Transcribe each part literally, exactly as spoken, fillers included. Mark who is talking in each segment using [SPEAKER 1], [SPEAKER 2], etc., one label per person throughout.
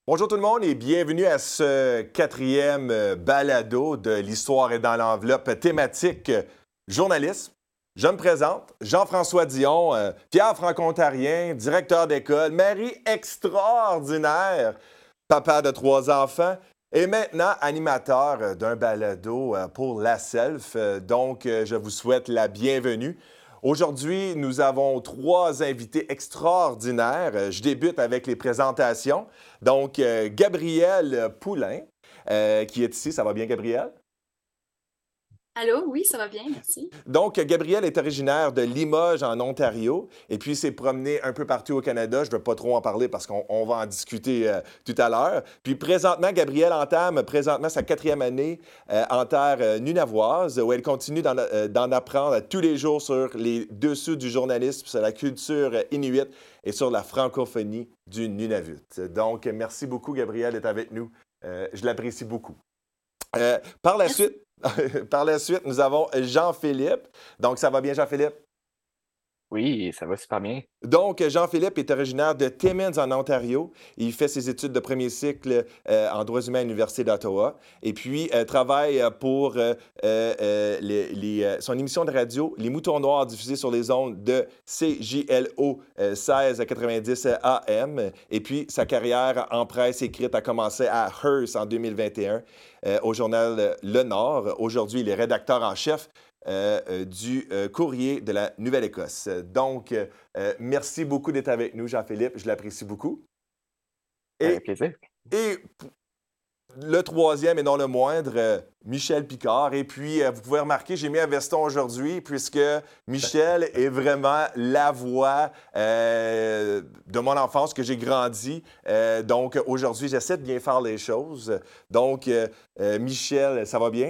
[SPEAKER 1] Bonjour tout le monde et bienvenue à ce quatrième euh, balado de l'Histoire est dans l'enveloppe thématique euh, journalisme. Je me présente, Jean-François Dion, euh, Pierre franco-ontarien, directeur d'école, mari extraordinaire, papa de trois enfants et maintenant animateur euh, d'un balado euh, pour la Self. Euh, Donc, euh, je vous souhaite la bienvenue. Aujourd'hui, nous avons trois invités extraordinaires. Euh, Je débute avec les présentations. Donc, euh, Gabriel Poulain, euh, qui est ici. Ça va bien, Gabriel?
[SPEAKER 2] Allô, oui, ça va bien, merci.
[SPEAKER 1] Donc, Gabriel est originaire de Limoges, en Ontario, et puis s'est promené un peu partout au Canada. Je ne veux pas trop en parler parce qu'on on va en discuter euh, tout à l'heure. Puis présentement, Gabriel entame présentement sa quatrième année euh, en terre euh, nunavoise, où elle continue d'en euh, d'en apprendre tous les jours sur les dessous du journalisme, sur la culture euh, inuite et sur la francophonie du Nunavut. Donc, merci beaucoup, Gabriel, d'être avec nous. Euh, je l'apprécie beaucoup. Euh, par la
[SPEAKER 2] Merci.
[SPEAKER 1] suite, par la suite, nous avons Jean-Philippe. Donc, ça va bien, Jean-Philippe?
[SPEAKER 3] Oui, ça va super bien.
[SPEAKER 1] Donc, Jean-Philippe est originaire de Timmins, en Ontario. Il fait ses études de premier cycle euh, en droits humains à l'Université d'Ottawa. Et puis, euh, travaille euh, pour euh, euh, euh, les- les, euh, son émission de radio, Les Moutons Noirs, diffusée sur les ondes de C J L O euh, seize quatre-vingt-dix A M. Et puis, sa carrière en presse écrite a commencé à Hearst en deux mille vingt et un, euh, au journal euh, Le Nord. Aujourd'hui, il est rédacteur en chef euh, euh, du euh, Courrier de la Nouvelle-Écosse. Donc, euh, euh, merci beaucoup d'être avec nous, Jean-Philippe. Je l'apprécie beaucoup.
[SPEAKER 3] Avec
[SPEAKER 1] Et,
[SPEAKER 3] plaisir.
[SPEAKER 1] et p- le troisième, et non le moindre, euh, Michel Picard. Et puis, euh, vous pouvez remarquer, j'ai mis un veston aujourd'hui puisque Michel est vraiment la voix euh, de mon enfance que j'ai grandi. Euh, donc, aujourd'hui, j'essaie de bien faire les choses. Donc, euh, euh, Michel, ça va bien?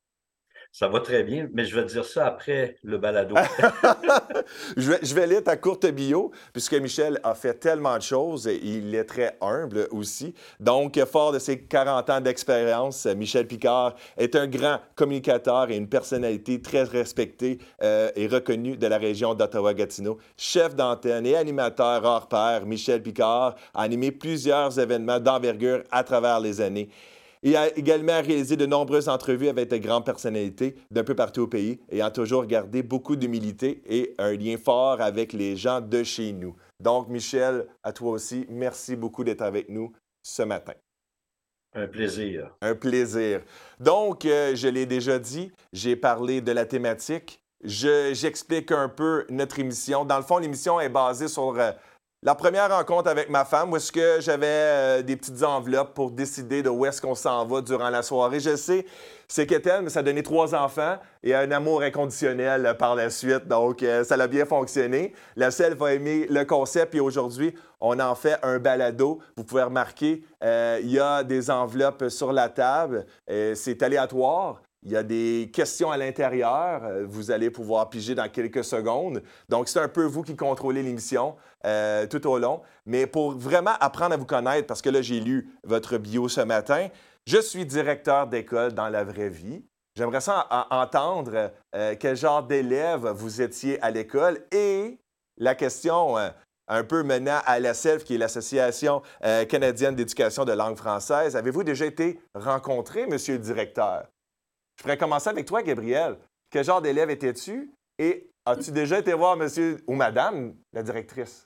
[SPEAKER 4] Ça va très bien, mais je vais te dire ça après le balado.
[SPEAKER 1] je, vais, je vais lire ta courte bio, puisque Michel a fait tellement de choses et il est très humble aussi. Donc, fort de ses quarante ans d'expérience, Michel Picard est un grand communicateur et une personnalité très respectée euh, et reconnue de la région d'Ottawa-Gatineau. Chef d'antenne et animateur hors pair, Michel Picard a animé plusieurs événements d'envergure à travers les années. Il a également réalisé de nombreuses entrevues avec de grandes personnalités d'un peu partout au pays, ayant toujours gardé beaucoup d'humilité et un lien fort avec les gens de chez nous. Donc, Michel, à toi aussi, merci beaucoup d'être avec nous ce matin.
[SPEAKER 4] Un plaisir.
[SPEAKER 1] Un plaisir. Donc, euh, je l'ai déjà dit, j'ai parlé de la thématique. Je- j'explique un peu notre émission. Dans le fond, l'émission est basée sur euh, la première rencontre avec ma femme, où est-ce que j'avais euh, des petites enveloppes pour décider de où est-ce qu'on s'en va durant la soirée. Je sais, c'est qu'elle, mais ça a donné trois enfants et un amour inconditionnel euh, par la suite. Donc, euh, ça a bien fonctionné. La selle va aimer le concept et aujourd'hui, on en fait un balado. Vous pouvez remarquer, euh, il y a des enveloppes sur la table. Euh, c'est aléatoire. Il y a des questions à l'intérieur. Euh, Vous allez pouvoir piger dans quelques secondes. Donc, c'est un peu vous qui contrôlez l'émission euh, tout au long. Mais pour vraiment apprendre à vous connaître, parce que là, j'ai lu votre bio ce matin, je suis directeur d'école dans la vraie vie. J'aimerais ça en- en- entendre euh, quel genre d'élève vous étiez à l'école et la question euh, un peu menant à la SELF, qui est l'Association euh, canadienne d'éducation de langue française. Avez-vous déjà été rencontré, monsieur le directeur? Je pourrais commencer avec toi, Gabriel. Quel genre d'élève étais-tu? Et as-tu déjà été voir monsieur ou madame la directrice?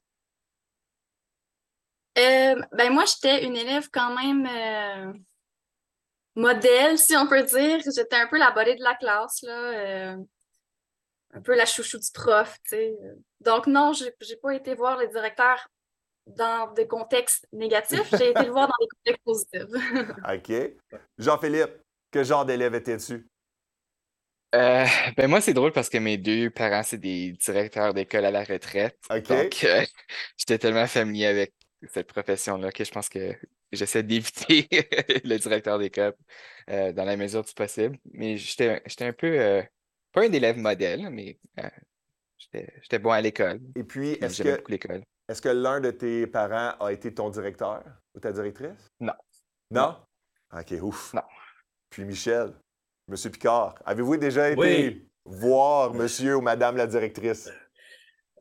[SPEAKER 2] Euh, ben moi, j'étais une élève quand même euh, modèle, si on peut dire. J'étais un peu la bodée de la classe, là, euh, un peu la chouchou du prof, tu sais. Donc non, j'ai j'ai pas été voir le directeur dans des contextes négatifs, j'ai été le voir dans des contextes positifs.
[SPEAKER 1] OK. Jean-Philippe, quel genre d'élève étais-tu?
[SPEAKER 3] Euh, ben moi, c'est drôle parce que mes deux parents, c'est des directeurs d'école à la retraite.
[SPEAKER 1] OK.
[SPEAKER 3] Donc, euh, j'étais tellement familier avec cette profession-là que je pense que j'essaie d'éviter le directeur d'école euh, dans la mesure du possible. Mais j'étais, j'étais un peu, euh, pas un élève modèle, mais euh, j'étais, j'étais bon à l'école.
[SPEAKER 1] Et puis,
[SPEAKER 3] Puis
[SPEAKER 1] est-ce
[SPEAKER 3] j'aimais
[SPEAKER 1] que,
[SPEAKER 3] beaucoup l'école.
[SPEAKER 1] est-ce que l'un de tes parents a été ton directeur ou ta directrice?
[SPEAKER 3] Non, non,
[SPEAKER 1] Non? OK, ouf.
[SPEAKER 3] non.
[SPEAKER 1] Puis Michel, monsieur Picard, avez-vous déjà
[SPEAKER 4] Oui,
[SPEAKER 1] été voir monsieur ou madame la directrice?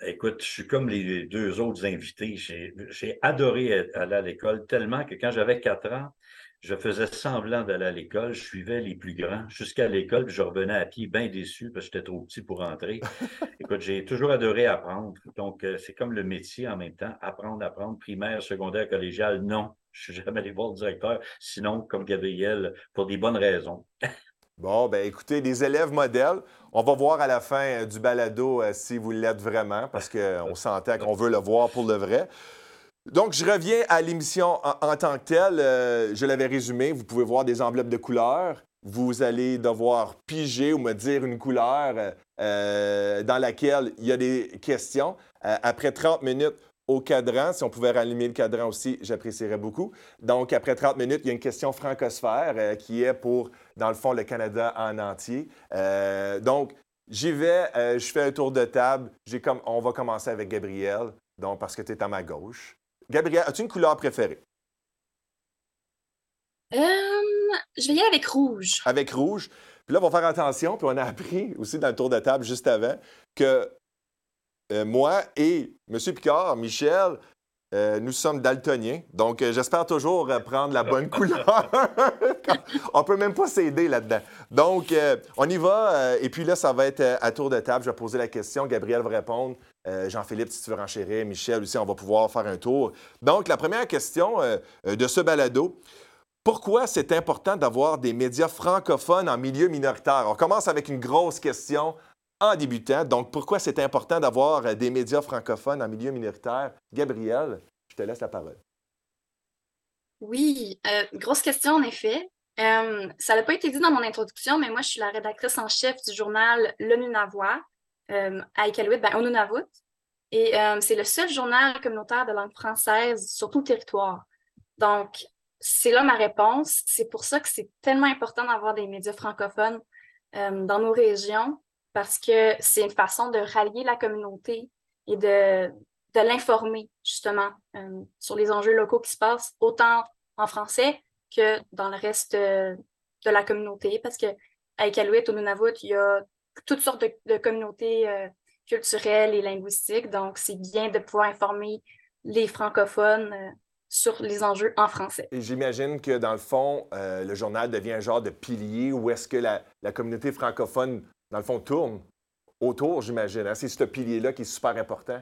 [SPEAKER 4] Écoute, je suis comme les deux autres invités. J'ai j'ai adoré aller à l'école tellement que quand j'avais quatre ans, je faisais semblant d'aller à l'école. Je suivais les plus grands jusqu'à l'école, puis je revenais à pied bien déçu parce que j'étais trop petit pour rentrer. Écoute, j'ai toujours adoré apprendre. Donc, euh, c'est comme le métier en même temps. Apprendre, apprendre, primaire, secondaire, collégial, non. Je suis jamais allé voir le directeur. Sinon, comme Gabriel, pour des bonnes raisons.
[SPEAKER 1] Bon, ben écoutez, des élèves modèles, on va voir à la fin euh, du balado euh, si vous l'êtes vraiment, parce qu'on s'entend qu'on veut le voir pour le vrai. Donc, je reviens à l'émission en, en tant que telle. Euh, je l'avais résumé. Vous pouvez voir des enveloppes de couleurs. Vous allez devoir piger ou me dire une couleur euh, dans laquelle il y a des questions. Euh, après trente minutes au cadran, si on pouvait rallumer le cadran aussi, j'apprécierais beaucoup. Donc, après trente minutes, il y a une question francosphère euh, qui est pour, dans le fond, le Canada en entier. Euh, donc, j'y vais, euh, je fais un tour de table. J'ai comme, on va commencer avec Gabriel, donc parce que tu es à ma gauche. Gabriel, as-tu une couleur préférée?
[SPEAKER 2] Euh, je vais y aller avec rouge.
[SPEAKER 1] Avec rouge. Puis là, on va faire attention, puis on a appris aussi dans le tour de table juste avant que euh, moi et M. Picard, Michel, euh, nous sommes daltoniens. Donc, euh, j'espère toujours euh, prendre la bonne couleur. On peut même pas s'aider là-dedans. Donc, euh, on y va. Euh, et puis là, ça va être euh, à tour de table. Je vais poser la question. Gabriel va répondre. Euh, Jean-Philippe, si tu veux renchérir. Michel aussi, on va pouvoir faire un tour. Donc, la première question euh, de ce balado. Pourquoi c'est important d'avoir des médias francophones en milieu minoritaire? On commence avec une grosse question en débutant. Donc, pourquoi c'est important d'avoir des médias francophones en milieu minoritaire? Gabriel, je te laisse la parole.
[SPEAKER 2] Oui, euh, grosse question en effet. Euh, ça n'a pas été dit dans mon introduction, mais moi, je suis la rédactrice en chef du journal Le Nunavut euh, à Iqaluit, ben, au Nunavut. Et euh, c'est le seul journal communautaire de langue française sur tout le territoire. Donc, c'est là ma réponse. C'est pour ça que c'est tellement important d'avoir des médias francophones euh, dans nos régions, parce que c'est une façon de rallier la communauté et de, de l'informer, justement, euh, sur les enjeux locaux qui se passent, autant en français que dans le reste euh, de la communauté. Parce qu'à Iqaluit, au Nunavut, il y a toutes sortes de, de communautés euh, culturelles et linguistiques. Donc, c'est bien de pouvoir informer les francophones euh, sur les enjeux en français.
[SPEAKER 1] Et j'imagine que, dans le fond, euh, le journal devient un genre de pilier où est-ce que la, la communauté francophone, dans le fond, tourne autour, j'imagine. Hein? C'est ce pilier-là qui est super important.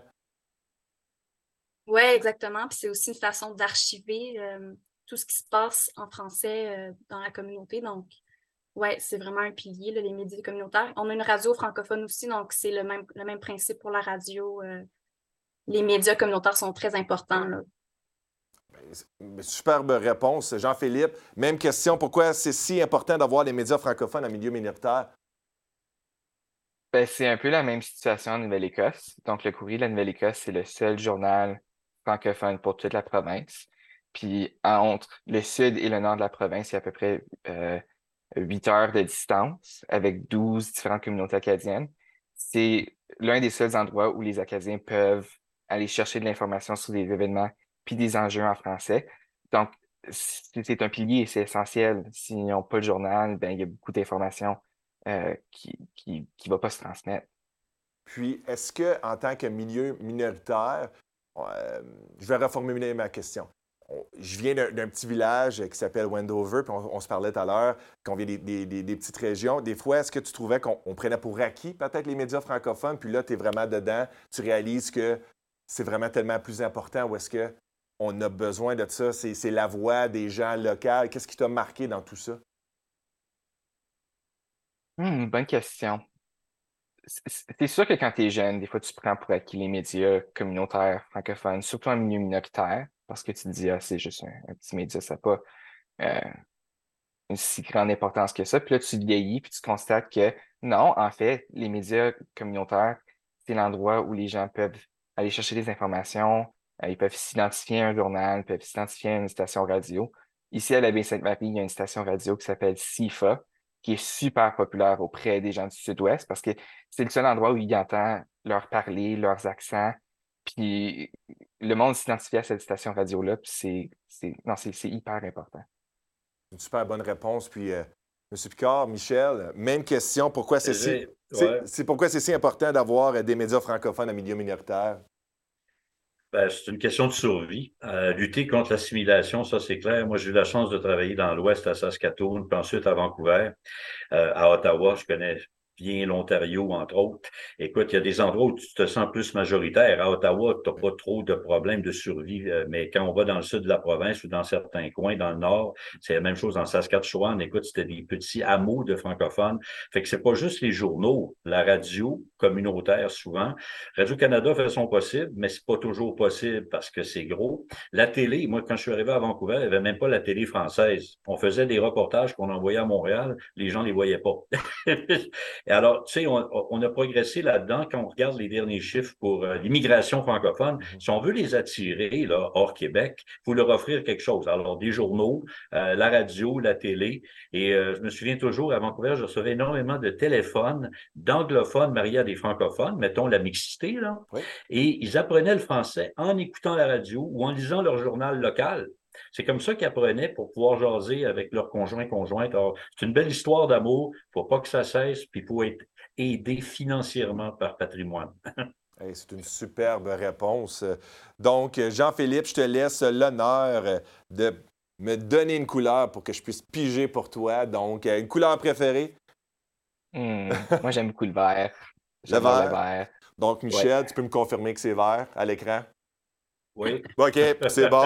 [SPEAKER 2] Oui, exactement. Puis c'est aussi une façon d'archiver euh, tout ce qui se passe en français euh, dans la communauté. Donc, oui, c'est vraiment un pilier, là, les médias communautaires. On a une radio francophone aussi, donc c'est le même, le même principe pour la radio. Euh, les médias communautaires sont très importants, là.
[SPEAKER 1] Superbe réponse, Jean-Philippe. Même question, pourquoi c'est si important d'avoir les médias francophones en milieu minoritaire?
[SPEAKER 3] Ben, c'est un peu la même situation en Nouvelle-Écosse. Donc, le Courrier de la Nouvelle-Écosse, c'est le seul journal francophone pour toute la province. Puis, entre le sud et le nord de la province, il y a à peu près euh, huit heures de distance avec douze différentes communautés acadiennes. C'est l'un des seuls endroits où les Acadiens peuvent aller chercher de l'information sur des événements puis des enjeux en français. Donc, c'est un pilier et c'est essentiel. S'ils n'ont pas le journal, ben, il y a beaucoup d'informations euh, qui qui, qui va pas se transmettre.
[SPEAKER 1] Puis, est-ce que, en tant que milieu minoritaire, euh, je vais reformuler ma question. On, je viens d'un, d'un petit village qui s'appelle Wendover, puis on, on se parlait tout à l'heure qu'on vient des, des, des, des petites régions. Des fois, est-ce que tu trouvais qu'on on prenait pour acquis peut-être les médias francophones, puis là, tu es vraiment dedans, tu réalises que c'est vraiment tellement plus important, ou est-ce qu'on a besoin de ça? C'est, c'est la voix des gens locaux. Qu'est-ce qui t'a marqué dans tout ça?
[SPEAKER 3] Hmm, bonne question. C'est sûr que quand tu es jeune, des fois, tu prends pour acquis les médias communautaires francophones, surtout en milieu minoritaire, parce que tu te dis, ah, c'est juste un, un petit média, ça n'a pas euh, une si grande importance que ça. Puis là, tu vieillis, puis tu constates que non, en fait, les médias communautaires, c'est l'endroit où les gens peuvent aller chercher des informations, euh, ils peuvent s'identifier à un journal, ils peuvent s'identifier à une station radio. Ici, à la Baie-Sainte-Marie, il y a une station radio qui s'appelle C I F A, qui est super populaire auprès des gens du Sud-Ouest parce que c'est le seul endroit où ils entendent leur parler, leurs accents. Puis le monde s'identifie à cette station radio-là, puis c'est, c'est, non, c'est, c'est hyper important.
[SPEAKER 1] Une super bonne réponse. Puis, euh, M. Picard, Michel, même question. Pourquoi c'est si...
[SPEAKER 4] Ouais.
[SPEAKER 1] C'est pourquoi c'est si important d'avoir des médias francophones à milieu minoritaire.
[SPEAKER 4] Ben, c'est une question de survie. Euh, lutter contre l'assimilation, ça c'est clair. Moi, j'ai eu la chance de travailler dans l'Ouest à Saskatoon, puis ensuite à Vancouver. Euh, à Ottawa, je connais bien l'Ontario, entre autres. Écoute, il y a des endroits où tu te sens plus majoritaire. À Ottawa, tu n'as pas trop de problèmes de survie, mais quand on va dans le sud de la province ou dans certains coins, dans le nord, c'est la même chose en Saskatchewan. Écoute, c'était des petits hameaux de francophones. Fait que c'est pas juste les journaux, la radio communautaire souvent. Radio-Canada fait son possible, mais c'est pas toujours possible parce que c'est gros. La télé, moi, quand je suis arrivé à Vancouver, il n'y avait même pas la télé française. On faisait des reportages qu'on envoyait à Montréal, les gens ne les voyaient pas. Et alors, tu sais, on, on a progressé là-dedans quand on regarde les derniers chiffres pour euh, l'immigration francophone. Mm-hmm. Si on veut les attirer là, hors Québec, il faut leur offrir quelque chose. Alors, des journaux, euh, la radio, la télé. Et euh, je me souviens toujours, à Vancouver, je recevais énormément de téléphones d'anglophones mariés à des francophones, mettons la mixité, là. Oui. Et ils apprenaient le français en écoutant la radio ou en lisant leur journal local. C'est comme ça qu'ils apprenaient pour pouvoir jaser avec leurs conjoints, conjointes. Alors, c'est une belle histoire d'amour. Il ne faut pas que ça cesse, puis il faut être aidé financièrement par Patrimoine.
[SPEAKER 1] Hey, c'est une superbe réponse. Donc, Jean-Philippe, je te laisse l'honneur de me donner une couleur pour que je puisse piger pour toi. Donc, une couleur préférée?
[SPEAKER 3] Mmh, moi, j'aime beaucoup le vert.
[SPEAKER 1] Le vert.
[SPEAKER 3] le vert.
[SPEAKER 1] Donc, Michel,
[SPEAKER 3] ouais.
[SPEAKER 1] tu peux me confirmer que c'est vert à l'écran?
[SPEAKER 4] Oui.
[SPEAKER 1] OK, c'est bon.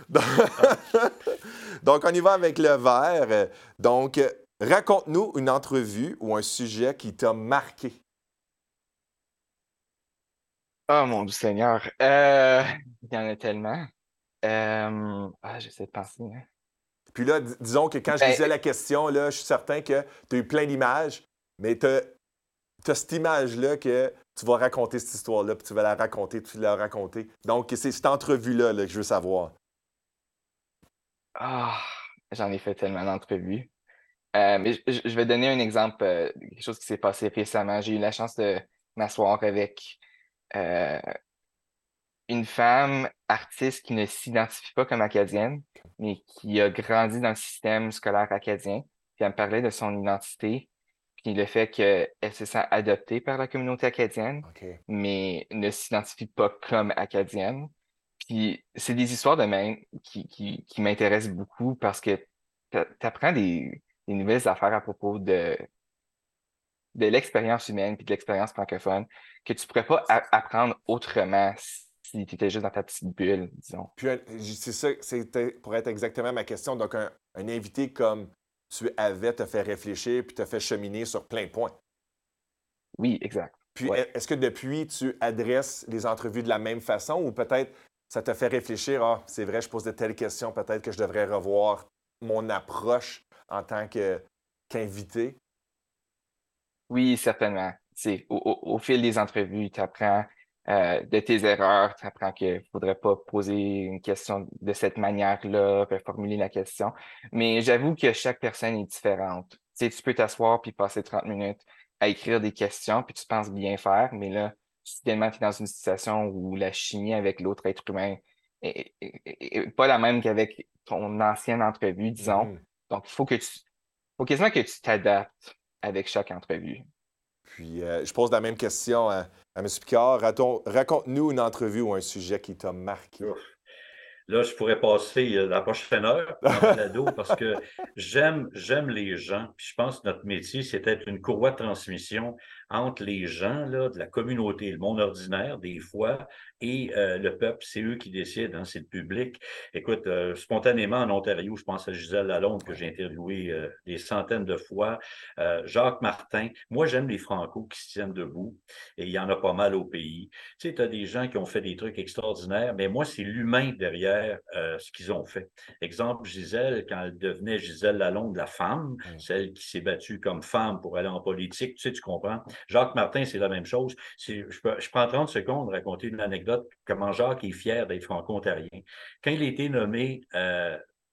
[SPEAKER 1] Donc, on y va avec le vert. Donc, raconte-nous une entrevue ou un sujet qui t'a marqué.
[SPEAKER 3] Oh, mon Dieu Seigneur. Euh, il y en a tellement. Euh, ah, j'essaie de penser. Hein.
[SPEAKER 1] Puis là, dis- disons que quand je
[SPEAKER 3] Ben-
[SPEAKER 1] lisais la question, là, je suis certain que tu as eu plein d'images, mais tu as cette image-là que tu vas raconter cette histoire-là, puis tu vas la raconter, tu l'as raconter. Donc, c'est cette entrevue-là là, que je veux savoir.
[SPEAKER 3] Ah, j'en ai fait tellement d'entrevues. Euh, mais je, je vais donner un exemple, euh, quelque chose qui s'est passé récemment. J'ai eu la chance de m'asseoir avec euh, une femme artiste qui ne s'identifie pas comme acadienne, mais qui a grandi dans le système scolaire acadien. Puis elle me parlait de son identité, puis le fait qu'elle se sent adoptée par la communauté acadienne,
[SPEAKER 1] OK.
[SPEAKER 3] mais ne s'identifie pas comme acadienne. Puis c'est des histoires de même qui, qui, qui m'intéressent beaucoup parce que tu apprends des, des nouvelles affaires à propos de, de l'expérience humaine puis de l'expérience francophone que tu ne pourrais pas a- apprendre autrement si tu étais juste dans ta petite bulle, disons.
[SPEAKER 1] Puis, un- c'est ça, c'était pour être exactement ma question. Donc, un, un invité comme tu avais te fait réfléchir puis te fait cheminer sur plein de points.
[SPEAKER 3] Oui, exact.
[SPEAKER 1] Puis,
[SPEAKER 3] Ouais.
[SPEAKER 1] est-ce que depuis, tu adresses les entrevues de la même façon ou peut-être ça te fait réfléchir, ah, c'est vrai, je pose de telles questions, peut-être que je devrais revoir mon approche en tant que, qu'invité?
[SPEAKER 3] Oui, certainement. C'est, au, au, au fil des entrevues, tu apprends euh, de tes erreurs, tu apprends qu'il ne faudrait pas poser une question de cette manière-là, puis formuler la question. Mais j'avoue que chaque personne est différente. Tu sais, tu peux t'asseoir puis passer trente minutes à écrire des questions, puis tu penses bien faire, mais là, soudainement, tu es dans une situation où la chimie avec l'autre être humain est, est- est- est pas la même qu'avec ton ancienne entrevue, disons.
[SPEAKER 1] Mhm.
[SPEAKER 3] Donc, il faut que tu, faut quasiment que tu t'adaptes avec chaque entrevue.
[SPEAKER 1] Puis, euh, je pose la même question à, à M. Picard. Raton- Raconte-nous une entrevue ou un sujet qui t'a marqué.
[SPEAKER 4] Ouf. Là, je pourrais passer euh, la prochaine heure en balado parce que j'aime, j'aime les gens. Puis je pense que notre métier, c'est d'être une courroie de transmission entre les gens là, de la communauté, le monde ordinaire, des fois, et euh, le peuple. C'est eux qui décident, hein, c'est le public. Écoute, euh, spontanément en Ontario, je pense à Gisèle Lalonde que j'ai interviewé euh, des centaines de fois. Euh, Jacques Martin. Moi, j'aime les Franco qui se tiennent debout et il y en a pas mal au pays. Tu sais, tu as des gens qui ont fait des trucs extraordinaires, mais moi, c'est l'humain derrière Euh, ce qu'ils ont fait. Exemple, Gisèle, quand elle devenait Gisèle Lalonde, la femme, oui. Celle qui s'est battue comme femme pour aller en politique, tu sais, tu comprends. Jacques Martin, c'est la même chose. C'est, je, peux, je prends trente secondes pour raconter une anecdote, comment Jacques est fier d'être franco-ontarien. Quand il a été nommé euh,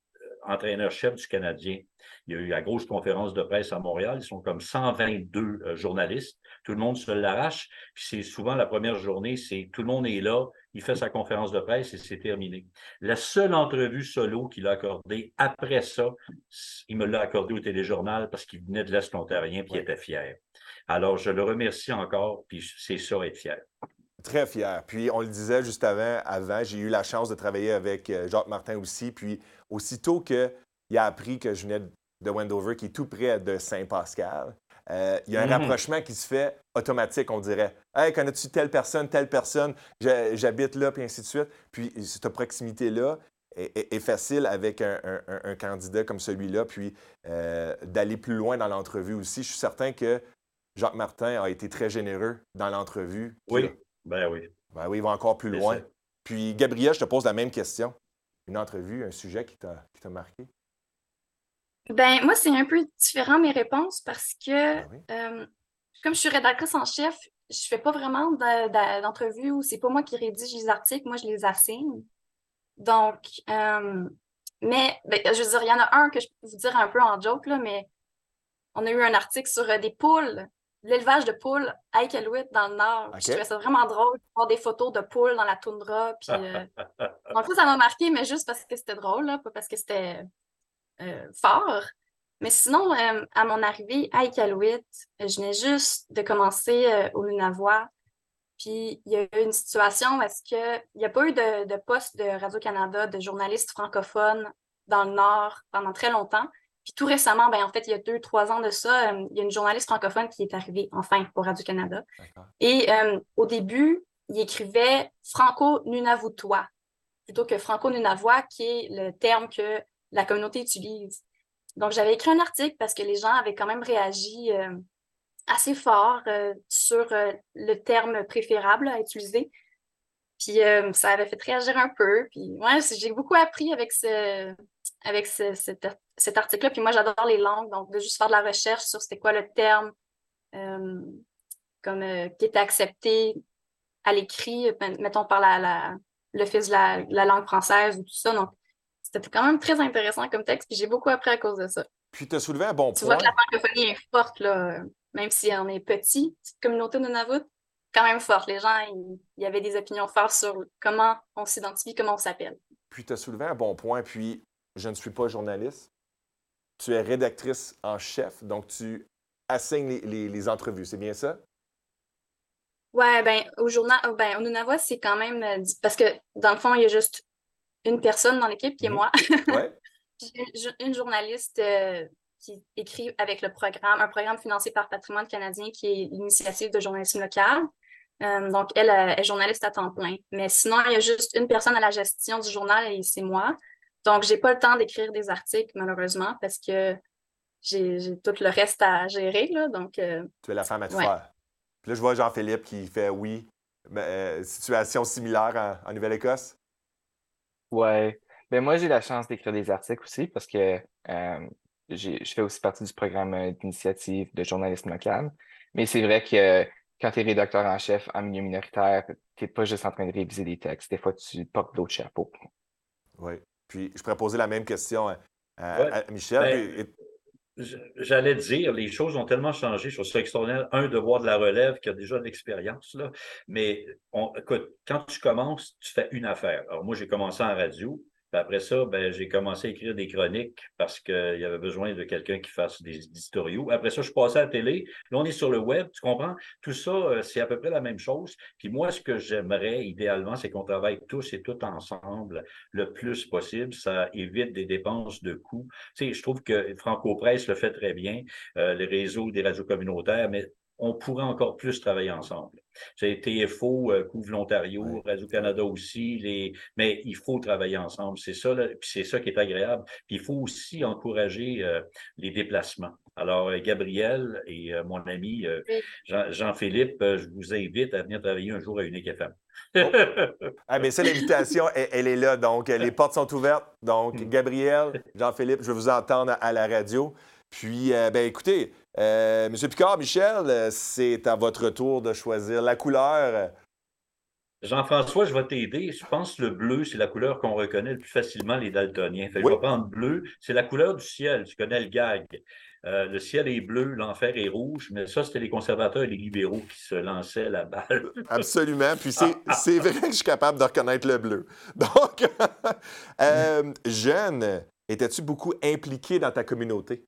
[SPEAKER 4] entraîneur-chef du Canadien. Il y a eu la grosse conférence de presse à Montréal. Ils sont comme cent vingt-deux euh, journalistes. Tout le monde se l'arrache. Puis c'est souvent la première journée, c'est tout le monde est là, il fait sa conférence de presse et c'est terminé. La seule entrevue solo qu'il a accordée après ça, il me l'a accordée au téléjournal parce qu'il venait de l'Est ontarien puis il était fier. Alors, je le remercie encore, puis c'est ça, être fier.
[SPEAKER 1] Très fier. Puis, on le disait juste avant, avant j'ai eu la chance de travailler avec euh, Jacques Martin aussi. Puis, aussitôt qu'il a appris que je venais de Wendover, qui est tout près de Saint-Pascal, euh, il y a un mm-hmm. rapprochement qui se fait automatique, on dirait. « Hey, connais-tu telle personne, telle personne? J'habite là, puis ainsi de suite. » Puis, cette proximité-là est, est, est facile avec un, un, un candidat comme celui-là. Puis, euh, d'aller plus loin dans l'entrevue aussi. Je suis certain que Jacques Martin a été très généreux dans l'entrevue.
[SPEAKER 4] Oui. Ben oui.
[SPEAKER 1] Ben oui, il va encore plus loin. Ça. Puis, Gabrielle, je te pose la même question. Une entrevue, un sujet qui t'a qui t'a marqué?
[SPEAKER 2] Ben moi, c'est un peu différent mes réponses parce que,
[SPEAKER 1] Ben oui.
[SPEAKER 2] euh, comme je suis rédactrice en chef, je fais pas vraiment d'entrevues où c'est pas moi qui rédige les articles, moi, je les assigne. Donc, euh, mais, ben, je veux dire, il y en a un que je peux vous dire un peu en joke, là, mais on a eu un article sur euh, des poules. L'élevage de poules à Iqaluit dans le Nord.
[SPEAKER 1] Okay.
[SPEAKER 2] Je trouvais ça vraiment drôle de voir des photos de poules dans la toundra. Puis, euh... Donc ça, ça m'a marqué, mais juste parce que c'était drôle, là, pas parce que c'était euh, fort. Mais sinon, euh, à mon arrivée à Iqaluit, je venais juste de commencer euh, au Nunavut. Puis il y a eu une situation où est-ce qu'il n'y a pas eu de, de poste de Radio-Canada de journalistes francophones dans le Nord pendant très longtemps. Puis tout récemment, ben en fait, il y a deux, trois ans de ça, euh, il y a une journaliste francophone qui est arrivée, enfin, pour Radio-Canada. Et euh, au début, il écrivait franco-nunavuttois, plutôt que franco-nunavois, qui est le terme que la communauté utilise. Donc, j'avais écrit un article parce que les gens avaient quand même réagi euh, assez fort euh, sur euh, le terme préférable à utiliser. Puis euh, ça avait fait réagir un peu. Puis ouais, j'ai beaucoup appris avec ce... avec ce, cet, cet article-là. Puis moi, j'adore les langues, donc de juste faire de la recherche sur c'était quoi le terme euh, comme, euh, qui était accepté à l'écrit, mettons par la, la, le fils de la, la langue française ou tout ça. Donc, c'était quand même très intéressant comme texte, puis j'ai beaucoup appris à cause de ça.
[SPEAKER 1] Puis tu as soulevé un bon
[SPEAKER 2] tu
[SPEAKER 1] point.
[SPEAKER 2] Tu vois que la francophonie est forte, là, même si on est petit, cette communauté de Nunavut, quand même forte. Les gens, il y avait des opinions fortes sur comment on s'identifie, comment on s'appelle.
[SPEAKER 1] Puis tu as soulevé un bon point, puis je ne suis pas journaliste. Tu es rédactrice en chef, donc tu assignes les, les, les entrevues, c'est bien ça?
[SPEAKER 2] Ouais, ben au journal, ben au Nunavut, c'est quand même parce que dans le fond, il y a juste une personne dans l'équipe qui est
[SPEAKER 1] mmh.
[SPEAKER 2] moi.
[SPEAKER 1] Ouais.
[SPEAKER 2] Une journaliste euh, qui écrit avec le programme, un programme financé par Patrimoine canadien qui est l'initiative de journalisme local. Euh, donc, elle est journaliste à temps plein. Mais sinon, il y a juste une personne à la gestion du journal et c'est moi. Donc, j'ai pas le temps d'écrire des articles, malheureusement, parce que j'ai, j'ai tout le reste à gérer, là, donc... Euh,
[SPEAKER 1] tu es la femme à tout
[SPEAKER 2] ouais.
[SPEAKER 1] faire. Puis là, je vois Jean-Philippe qui fait oui. Mais, euh, situation similaire en, en Nouvelle-Écosse?
[SPEAKER 3] Ouais. Ben moi, j'ai la chance d'écrire des articles aussi parce que euh, j'ai, je fais aussi partie du programme d'initiative de journalisme local. Mais c'est vrai que quand tu es rédacteur en chef en milieu minoritaire, tu n'es pas juste en train de réviser des textes. Des fois, tu portes d'autres chapeaux.
[SPEAKER 1] Oui. Puis, je pourrais poser la même question à, à,
[SPEAKER 4] ouais.
[SPEAKER 1] à Michel.
[SPEAKER 4] Ben, et... J'allais dire, les choses ont tellement changé. Je trouve ça extraordinaire, un, de voir de la relève qui a déjà de l'expérience, là. Mais on, écoute, quand tu commences, tu fais une affaire. Alors, moi, j'ai commencé en radio. Puis après ça, ben, j'ai commencé à écrire des chroniques parce qu'il y avait besoin de quelqu'un qui fasse des éditoriaux. Après ça, je suis passé à la télé. Là, on est sur le web, tu comprends? Tout ça, c'est à peu près la même chose. Puis moi, ce que j'aimerais idéalement, c'est qu'on travaille tous et toutes ensemble le plus possible. Ça évite des dépenses de coûts. Tu sais, je trouve que Franco-Presse le fait très bien, euh, les réseaux des radios communautaires, mais on pourrait encore plus travailler ensemble. T F O euh, couvre l'Ontario, ouais. Radio-Canada aussi, les... mais il faut travailler ensemble. C'est ça, là, puis c'est ça qui est agréable. Puis il faut aussi encourager euh, les déplacements. Alors, euh, Gabrielle et euh, mon ami euh, Jean- Jean-Philippe, euh, je vous invite à venir travailler un jour à Unique F M.
[SPEAKER 1] Oh. Ah, mais ça, l'invitation, elle, elle est là. Donc, les portes sont ouvertes. Donc, Gabrielle, Jean-Philippe, je vais vous entendre à la radio. Puis, euh, ben écoutez, euh, M. Picard, Michel, c'est à votre tour de choisir la couleur
[SPEAKER 4] Jean-François, je vais t'aider. Je pense que le bleu, c'est la couleur qu'on reconnaît le plus facilement les daltoniens. Fait que
[SPEAKER 1] Oui.
[SPEAKER 4] je vais prendre bleu. C'est la couleur du ciel. Tu connais le gag. Euh, le ciel est bleu, l'enfer est rouge, mais ça, c'était les conservateurs et les libéraux qui se lançaient la balle.
[SPEAKER 1] Absolument. Puis c'est, c'est vrai que je suis capable de reconnaître le bleu. Donc, euh, jeune, étais-tu beaucoup impliqué dans ta communauté?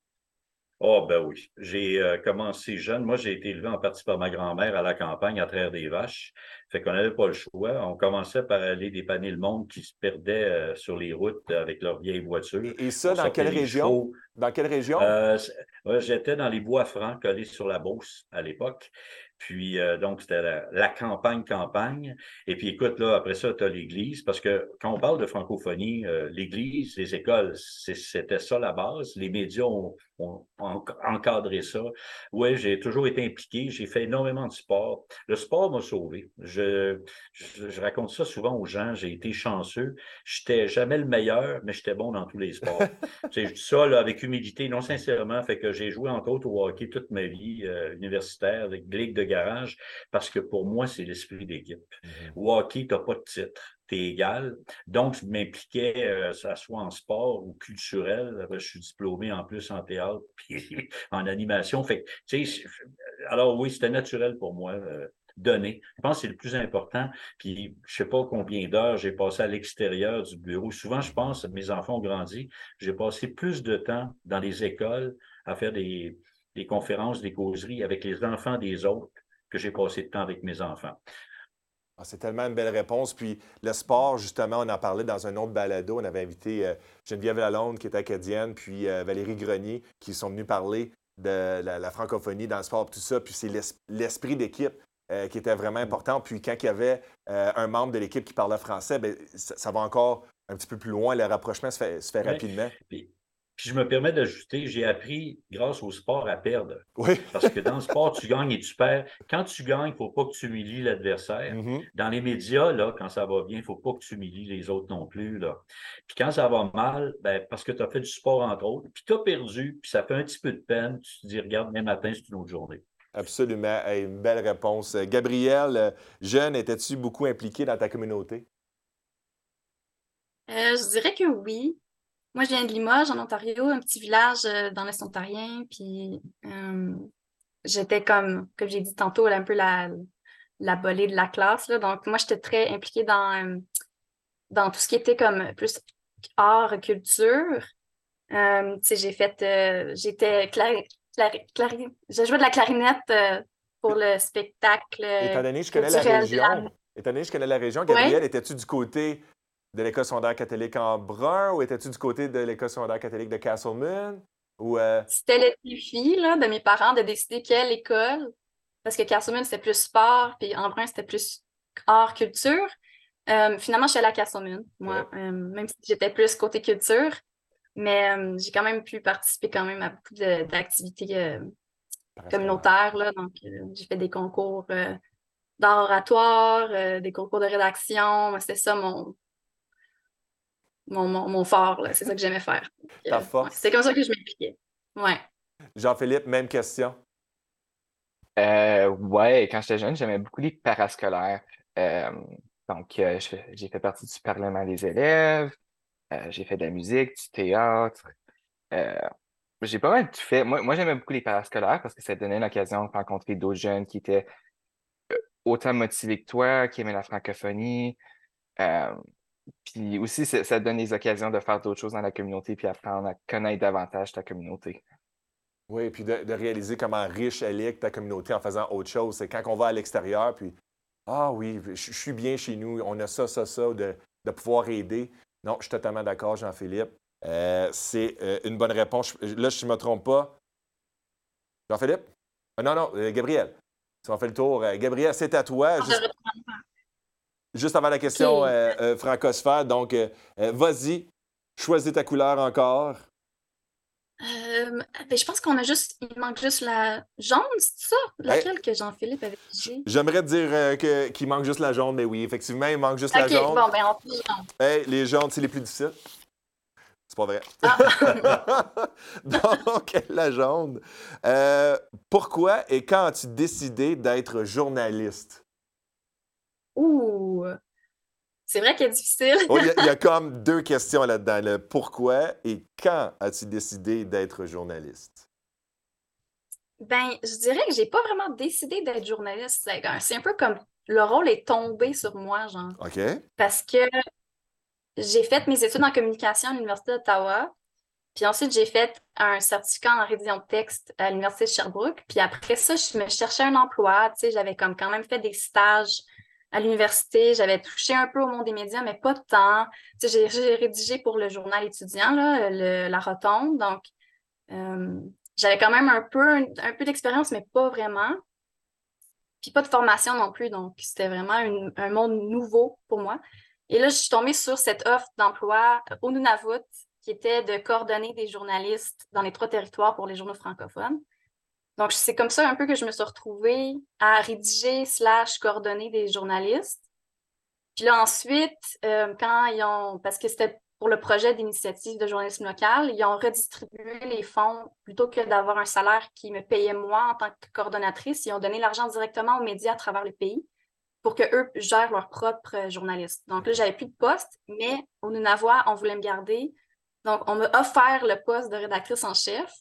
[SPEAKER 4] Oh, ben oui. J'ai euh, commencé jeune. Moi, j'ai été élevé en partie par ma grand-mère à la campagne, à traire des vaches. Fait qu'on n'avait pas le choix. On commençait par aller dépanner le monde qui se perdait euh, sur les routes avec leurs vieilles voitures.
[SPEAKER 1] Et, et ça,
[SPEAKER 4] On
[SPEAKER 1] dans
[SPEAKER 4] sortait
[SPEAKER 1] quelle
[SPEAKER 4] les
[SPEAKER 1] région?
[SPEAKER 4] chevaux.
[SPEAKER 1] Dans quelle région?
[SPEAKER 4] Euh, c'est- ouais, j'étais dans les Bois-Francs, collés sur la Beauce à l'époque. Puis, euh, donc, c'était la, la campagne-campagne. Et puis, écoute, là, après ça, tu as l'Église, parce que quand on parle de francophonie, euh, l'Église, les écoles, c'est- c'était ça la base. Les médias ont, ont en- encadré ça. Oui, j'ai toujours été impliqué. J'ai fait énormément de sport. Le sport m'a sauvé. Je, je, je raconte ça souvent aux gens. J'ai été chanceux. J'étais jamais le meilleur, mais j'étais bon dans tous les sports. Tu sais, je dis ça là, avec humilité, non sincèrement. Fait que j'ai joué entre autres au hockey toute ma vie euh, universitaire, avec ligue de garage, parce que pour moi, c'est l'esprit d'équipe.
[SPEAKER 1] Mhm.
[SPEAKER 4] Au hockey, tu n'as pas de titre. Tu es égal. Donc, je m'impliquais, euh, ça soit en sport ou culturel. Après, je suis diplômé en plus en théâtre puis en animation. Fait que, tu sais, alors oui, c'était naturel pour moi. Euh, donner. Je pense que c'est le plus important. Puis, je sais pas combien d'heures j'ai passé à l'extérieur du bureau. Souvent, je pense, mes enfants ont grandi, j'ai passé plus de temps dans les écoles à faire des, des conférences, des causeries avec les enfants des autres que j'ai passé de temps avec mes enfants.
[SPEAKER 1] Ah, c'est tellement une belle réponse. Puis le sport, justement, on en parlait dans un autre balado. On avait invité euh, Geneviève Lalonde, qui est acadienne, puis euh, Valérie Grenier, qui sont venus parler de la, la francophonie dans le sport, tout ça. Puis c'est l'es- l'esprit d'équipe euh, qui était vraiment important. Puis quand il y avait euh, un membre de l'équipe qui parlait français, bien, ça, ça va encore un petit peu plus loin. Le rapprochement se fait, se fait
[SPEAKER 4] Ouais.
[SPEAKER 1] rapidement.
[SPEAKER 4] Puis, puis je me permets d'ajouter, j'ai appris grâce au sport à perdre.
[SPEAKER 1] Oui.
[SPEAKER 4] Parce que dans le sport, tu gagnes et tu perds. Quand tu gagnes, il ne faut pas que tu humilies l'adversaire.
[SPEAKER 1] Mhm.
[SPEAKER 4] Dans les médias, là, quand ça va bien, il ne faut pas que tu humilies les autres non plus. Là. Puis quand ça va mal, ben, parce que tu as fait du sport, entre autres, puis tu as perdu, puis ça fait un petit peu de peine, tu te dis, regarde, demain matin, c'est une autre journée.
[SPEAKER 1] Absolument. Hey, une belle réponse. Euh, Gabriel, euh, jeune, étais-tu beaucoup impliqué dans ta communauté?
[SPEAKER 2] Euh, je dirais que oui. Moi, je viens de Limoges, en Ontario, un petit village euh, dans l'Est ontarien. Puis euh, j'étais comme, comme j'ai dit tantôt, un peu la, la bolée de la classe, là. Donc, moi, j'étais très impliquée dans, euh, dans tout ce qui était comme plus art, culture. Euh, tu sais, j'ai fait, euh, j'étais clari, clari, clari, j'ai joué de la clarinette euh, pour le spectacle
[SPEAKER 1] Étant donné que je connais la
[SPEAKER 2] culturel de
[SPEAKER 1] région,
[SPEAKER 2] la...
[SPEAKER 1] étant donné que je connais la région,
[SPEAKER 2] Ouais.
[SPEAKER 1] Gabriel, étais-tu du côté de l'École secondaire catholique en Brun ou étais-tu du côté de l'École secondaire catholique de Castleman? Ou, euh,
[SPEAKER 2] C'était le défi là, de mes parents de décider quelle école, parce que Castleman, c'était plus sport, puis Embrun, c'était plus art, culture. Euh, finalement, je suis allée à Castleman, moi,
[SPEAKER 1] Ouais.
[SPEAKER 2] euh, même si j'étais plus côté culture, mais euh, j'ai quand même pu participer quand même à beaucoup de- d'activités euh, communautaires, là. Donc, euh, j'ai fait des concours euh, d'art oratoire, euh, des concours de rédaction. C'était ça mon, mon, mon, mon fort, là. C'est ça que j'aimais faire. Donc,
[SPEAKER 1] Ta
[SPEAKER 2] euh, ouais,
[SPEAKER 1] force.
[SPEAKER 2] c'était comme ça que je m'impliquais. Ouais.
[SPEAKER 1] Jean-Philippe, même question.
[SPEAKER 3] Euh, ouais, quand j'étais jeune, j'aimais beaucoup les parascolaires. Euh, donc, euh, je fais- j'ai fait partie du Parlement des élèves, euh, j'ai fait de la musique, du théâtre. Euh, j'ai pas mal tout fait. Moi, moi j'aimais beaucoup les parascolaires parce que ça donnait l'occasion de rencontrer d'autres jeunes qui étaient autant motivés que toi, qui aimaient la francophonie. Euh, puis aussi, ça, ça donne les occasions de faire d'autres choses dans la communauté puis apprendre à connaître davantage ta communauté.
[SPEAKER 1] Oui, puis de, de réaliser comment riche elle est, ta communauté, en faisant autre chose. C'est quand on va à l'extérieur, puis ah oui, je, je suis bien chez nous, on a ça, ça, ça, de, de pouvoir aider. Non, je suis totalement d'accord, Jean-Philippe. Euh, c'est euh, une bonne réponse. Je- là, je ne me trompe pas. Jean-Philippe? Ah, non, non, euh, Gabriel. Si on fait le tour. Euh, Gabriel, c'est à toi.
[SPEAKER 2] Je
[SPEAKER 1] Juste,
[SPEAKER 2] reprends.
[SPEAKER 1] juste avant la question
[SPEAKER 2] Ok.
[SPEAKER 1] euh, euh, francosphère. Donc, euh, euh, vas-y, choisis ta couleur encore.
[SPEAKER 2] Euh, ben, je pense qu'on a juste, il manque juste la jaune, c'est ça? Laquelle que Jean-Philippe avait dit?
[SPEAKER 1] J'aimerais te dire euh, que- qu'il manque juste la jaune, mais oui, effectivement, il manque juste la
[SPEAKER 2] Ok,
[SPEAKER 1] jaune.
[SPEAKER 2] bon, ben on fait jaune.
[SPEAKER 1] Hey, les jaunes, c'est les plus difficiles. C'est pas vrai.
[SPEAKER 2] Ah.
[SPEAKER 1] Donc, la jaune. Euh, pourquoi et quand as-tu décidé d'être journaliste?
[SPEAKER 2] Ouh! C'est vrai qu'elle est difficile.
[SPEAKER 1] Oh, il y, a- il y a comme deux questions là-dedans. Le pourquoi et quand as-tu décidé d'être journaliste?
[SPEAKER 2] Ben, je dirais que j'ai pas vraiment décidé d'être journaliste. C'est un c'est un peu comme le rôle est tombé sur moi, genre.
[SPEAKER 1] OK?
[SPEAKER 2] Parce que j'ai fait mes études en communication à l'Université d'Ottawa. Puis ensuite, j'ai fait un certificat en révision de texte à l'Université de Sherbrooke. Puis après ça, je me cherchais un emploi. Tu sais, j'avais comme quand même fait des stages à l'université. J'avais touché un peu au monde des médias, mais pas tant. Tu sais, j'ai j'ai rédigé pour le journal étudiant, là, le- La Rotonde. Donc, euh, j'avais quand même un peu, un, un peu d'expérience, mais pas vraiment. Puis pas de formation non plus. Donc, c'était vraiment une- un monde nouveau pour moi. Et là, je suis tombée sur cette offre d'emploi au Nunavut qui était de coordonner des journalistes dans les trois territoires pour les journaux francophones. Donc, c'est comme ça un peu que je me suis retrouvée à rédiger slash coordonner des journalistes. Puis là, ensuite, euh, quand ils ont, parce que c'était pour le projet d'initiative de journalisme local, ils ont redistribué les fonds plutôt que d'avoir un salaire qui me payait moi en tant que coordonnatrice. Ils ont donné l'argent directement aux médias à travers le pays pour qu'eux gèrent leurs propres journalistes. Donc là, j'avais plus de poste, mais au Nunavut, on voulait me garder. Donc, on m'a offert le poste de rédactrice en chef.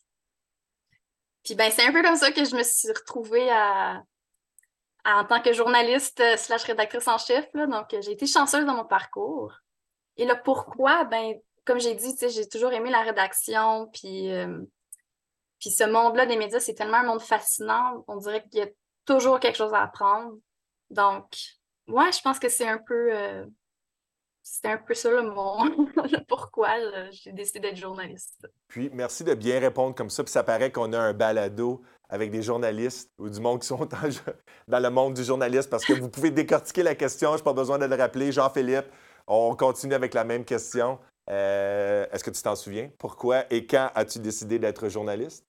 [SPEAKER 2] Puis ben, c'est un peu comme ça que je me suis retrouvée à, à- en tant que journaliste euh, slash rédactrice en chef. Là. Donc, euh, j'ai été chanceuse dans mon parcours. Et là, pourquoi? Ben, comme j'ai dit, tu sais, j'ai toujours aimé la rédaction. Puis, euh, puis ce monde-là des médias, c'est tellement un monde fascinant. On dirait qu'il y a toujours quelque chose à apprendre. Donc, ouais, je pense que c'est un peu, euh, c'est un peu ça le mon, le pourquoi euh, j'ai décidé d'être journaliste.
[SPEAKER 1] Puis, merci de bien répondre comme ça. Puis, ça paraît qu'on a un balado avec des journalistes ou du monde qui sont en- dans le monde du journalisme parce que vous pouvez décortiquer la question. Je n'ai pas besoin de le rappeler. Jean-Philippe, on continue avec la même question. Euh, est-ce que tu t'en souviens? Pourquoi et quand as-tu décidé d'être journaliste?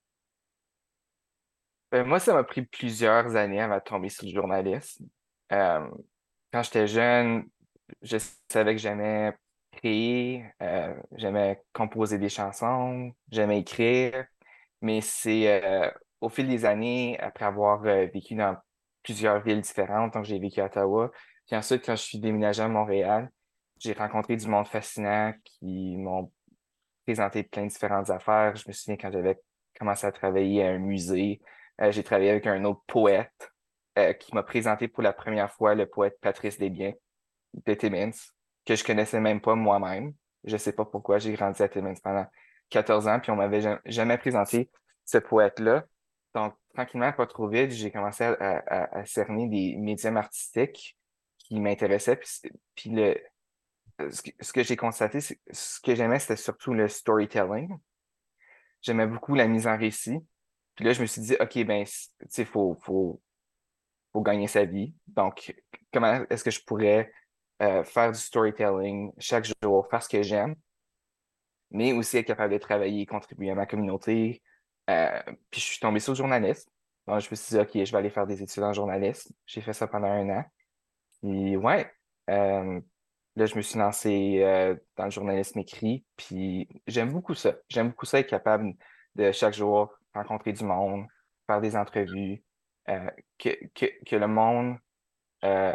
[SPEAKER 3] Ben, moi, ça m'a pris plusieurs années avant de tomber sur le journalisme. Euh, Quand j'étais jeune, je savais que j'aimais créer, euh, j'aimais composer des chansons, j'aimais écrire, mais c'est euh, au fil des années, après avoir euh, vécu dans plusieurs villes différentes, donc j'ai vécu à Ottawa, puis ensuite, quand je suis déménagé à Montréal, j'ai rencontré du monde fascinant qui m'ont présenté plein de différentes affaires. Je me souviens quand j'avais commencé à travailler à un musée, euh, j'ai travaillé avec un autre poète euh, qui m'a présenté pour la première fois le poète Patrice Desbiens de Timmins, que je connaissais même pas moi-même. Je sais pas pourquoi, j'ai grandi à Timmins pendant quatorze ans, puis on m'avait ja- jamais présenté ce poète-là. Donc, tranquillement, pas trop vite, j'ai commencé à, à- à cerner des médiums artistiques qui m'intéressaient. Puis, c'est- puis le, ce que, ce que j'ai constaté, c'est ce que j'aimais, c'était surtout le storytelling. J'aimais beaucoup la mise en récit. Puis là, je me suis dit, OK, ben, tu sais, faut, faut, faut gagner sa vie. Donc, comment est-ce que je pourrais euh, faire du storytelling chaque jour, faire ce que j'aime, mais aussi être capable de travailler, contribuer à ma communauté. Euh, puis je suis tombé sur le journalisme. Donc, je me suis dit, OK, je vais aller faire des études en journalisme. J'ai fait ça pendant un an. Puis, ouais, euh, là, je me suis lancé euh, dans le journalisme écrit. Puis, j'aime beaucoup ça. J'aime beaucoup ça, être capable de chaque jour rencontrer du monde, faire des entrevues, euh, que, que, que le monde euh,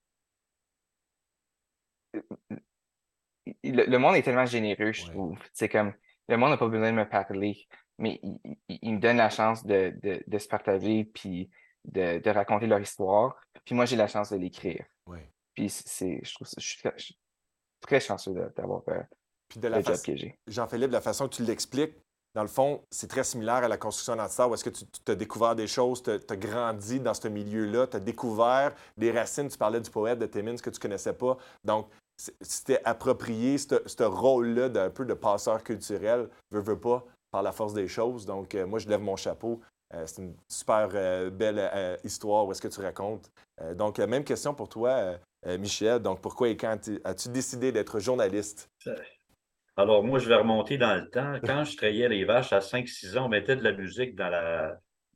[SPEAKER 3] le, le monde est tellement généreux, je
[SPEAKER 1] Oui.
[SPEAKER 3] trouve. C'est comme, le monde n'a pas besoin de me parler, mais il, il- il me donne la chance de, de, de se partager, puis de, de raconter leur histoire. Puis moi, j'ai la chance de l'écrire.
[SPEAKER 1] Oui.
[SPEAKER 3] Puis c'est, je trouve ça, je suis très, je suis très chanceux de- d'avoir euh,
[SPEAKER 1] Puis de la
[SPEAKER 3] le job
[SPEAKER 1] façon,
[SPEAKER 3] que j'ai.
[SPEAKER 1] Jean-Philippe, de la façon que tu l'expliques, dans le fond, c'est très similaire à la construction d'identitaire où est-ce que tu as découvert des choses, tu as grandi dans ce milieu-là, tu as découvert des racines. Tu parlais du poète de Timmins que tu ne connaissais pas. Donc, c'est- c'était approprié ce ce rôle-là d'un peu de passeur culturel, veux, veux pas, par la force des choses. Donc, euh, moi, je lève mon chapeau. Euh, c'est une super euh, belle euh, histoire où est-ce que tu racontes. Euh, donc, euh, même question pour toi, euh, euh, Michel. Donc, pourquoi et quand tu- as-tu décidé d'être journaliste?
[SPEAKER 4] Alors, moi, je vais remonter dans le temps. Quand je trayais les vaches à cinq six ans, on mettait de la musique dans la,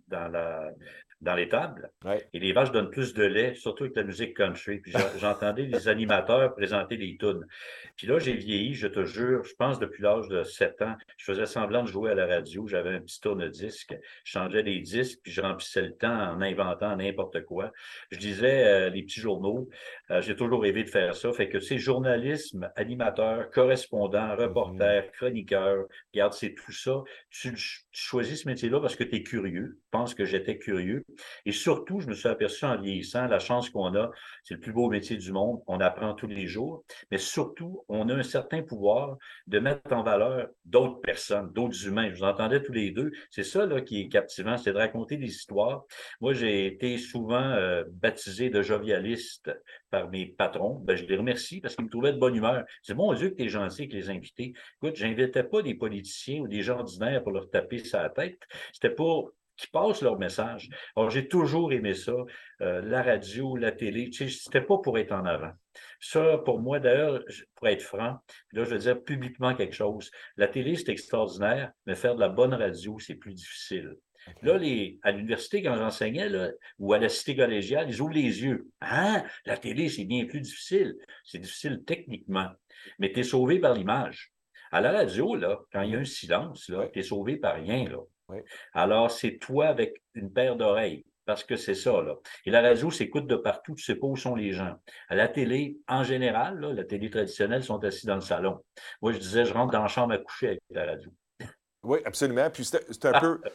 [SPEAKER 4] dans la, dans les tables.
[SPEAKER 1] Ouais.
[SPEAKER 4] Et les vaches donnent plus de lait, surtout avec la musique country. Puis j'a- j'entendais les animateurs présenter des tunes. Puis là, j'ai vieilli, je te jure, je pense depuis l'âge de sept ans, je faisais semblant de jouer à la radio. J'avais un petit tourne-disque, je changeais des disques, puis je remplissais le temps en inventant n'importe quoi. Je lisais euh, les petits journaux. Euh, j'ai toujours rêvé de faire ça. Fait que c'est journalisme, animateur, correspondant, reporter, chroniqueur. Regarde, c'est tout ça. Tu, tu choisis ce métier-là parce que tu es curieux. Je pense que j'étais curieux. Et surtout, je me suis aperçu en vieillissant, la chance qu'on a, c'est le plus beau métier du monde. On apprend tous les jours. Mais surtout, on a un certain pouvoir de mettre en valeur d'autres personnes, d'autres humains. Je vous entendais tous les deux. C'est ça là, qui est captivant, c'est de raconter des histoires. Moi, j'ai été souvent euh, baptisé de jovialiste par mes patrons. Ben, je les remercie parce qu'ils me trouvaient de bonne humeur. C'est mon Dieu que tu es gentil avec les invités. Écoute, j'invitais pas des politiciens ou des gens ordinaires pour leur taper sa tête. C'était pour qui passent leur message. Alors, j'ai toujours aimé ça, euh, la radio, la télé, tu sais, c'était pas pour être en avant. Ça, pour moi, d'ailleurs, pour être franc, là, je veux dire publiquement quelque chose. La télé, c'est extraordinaire, mais faire de la bonne radio, c'est plus difficile. Okay. Là, les, à l'université, quand j'enseignais, là, ou à la cité collégiale, ils ouvrent les yeux. Hein? La télé, c'est bien plus difficile. C'est difficile techniquement, mais tu es sauvé par l'image. À la radio, là, quand il y a un silence, là, oui. tu es sauvé par rien, là. Oui. Alors, c'est toi avec une paire d'oreilles, parce que c'est ça, là. Et la radio s'écoute de partout, tu sais pas où sont les gens. À la télé, en général, là, la télé traditionnelle, sont assis dans le salon. Moi, je disais, je rentre dans la chambre à coucher avec la radio.
[SPEAKER 1] Oui, absolument. Puis c'est, c'est un ah. peu...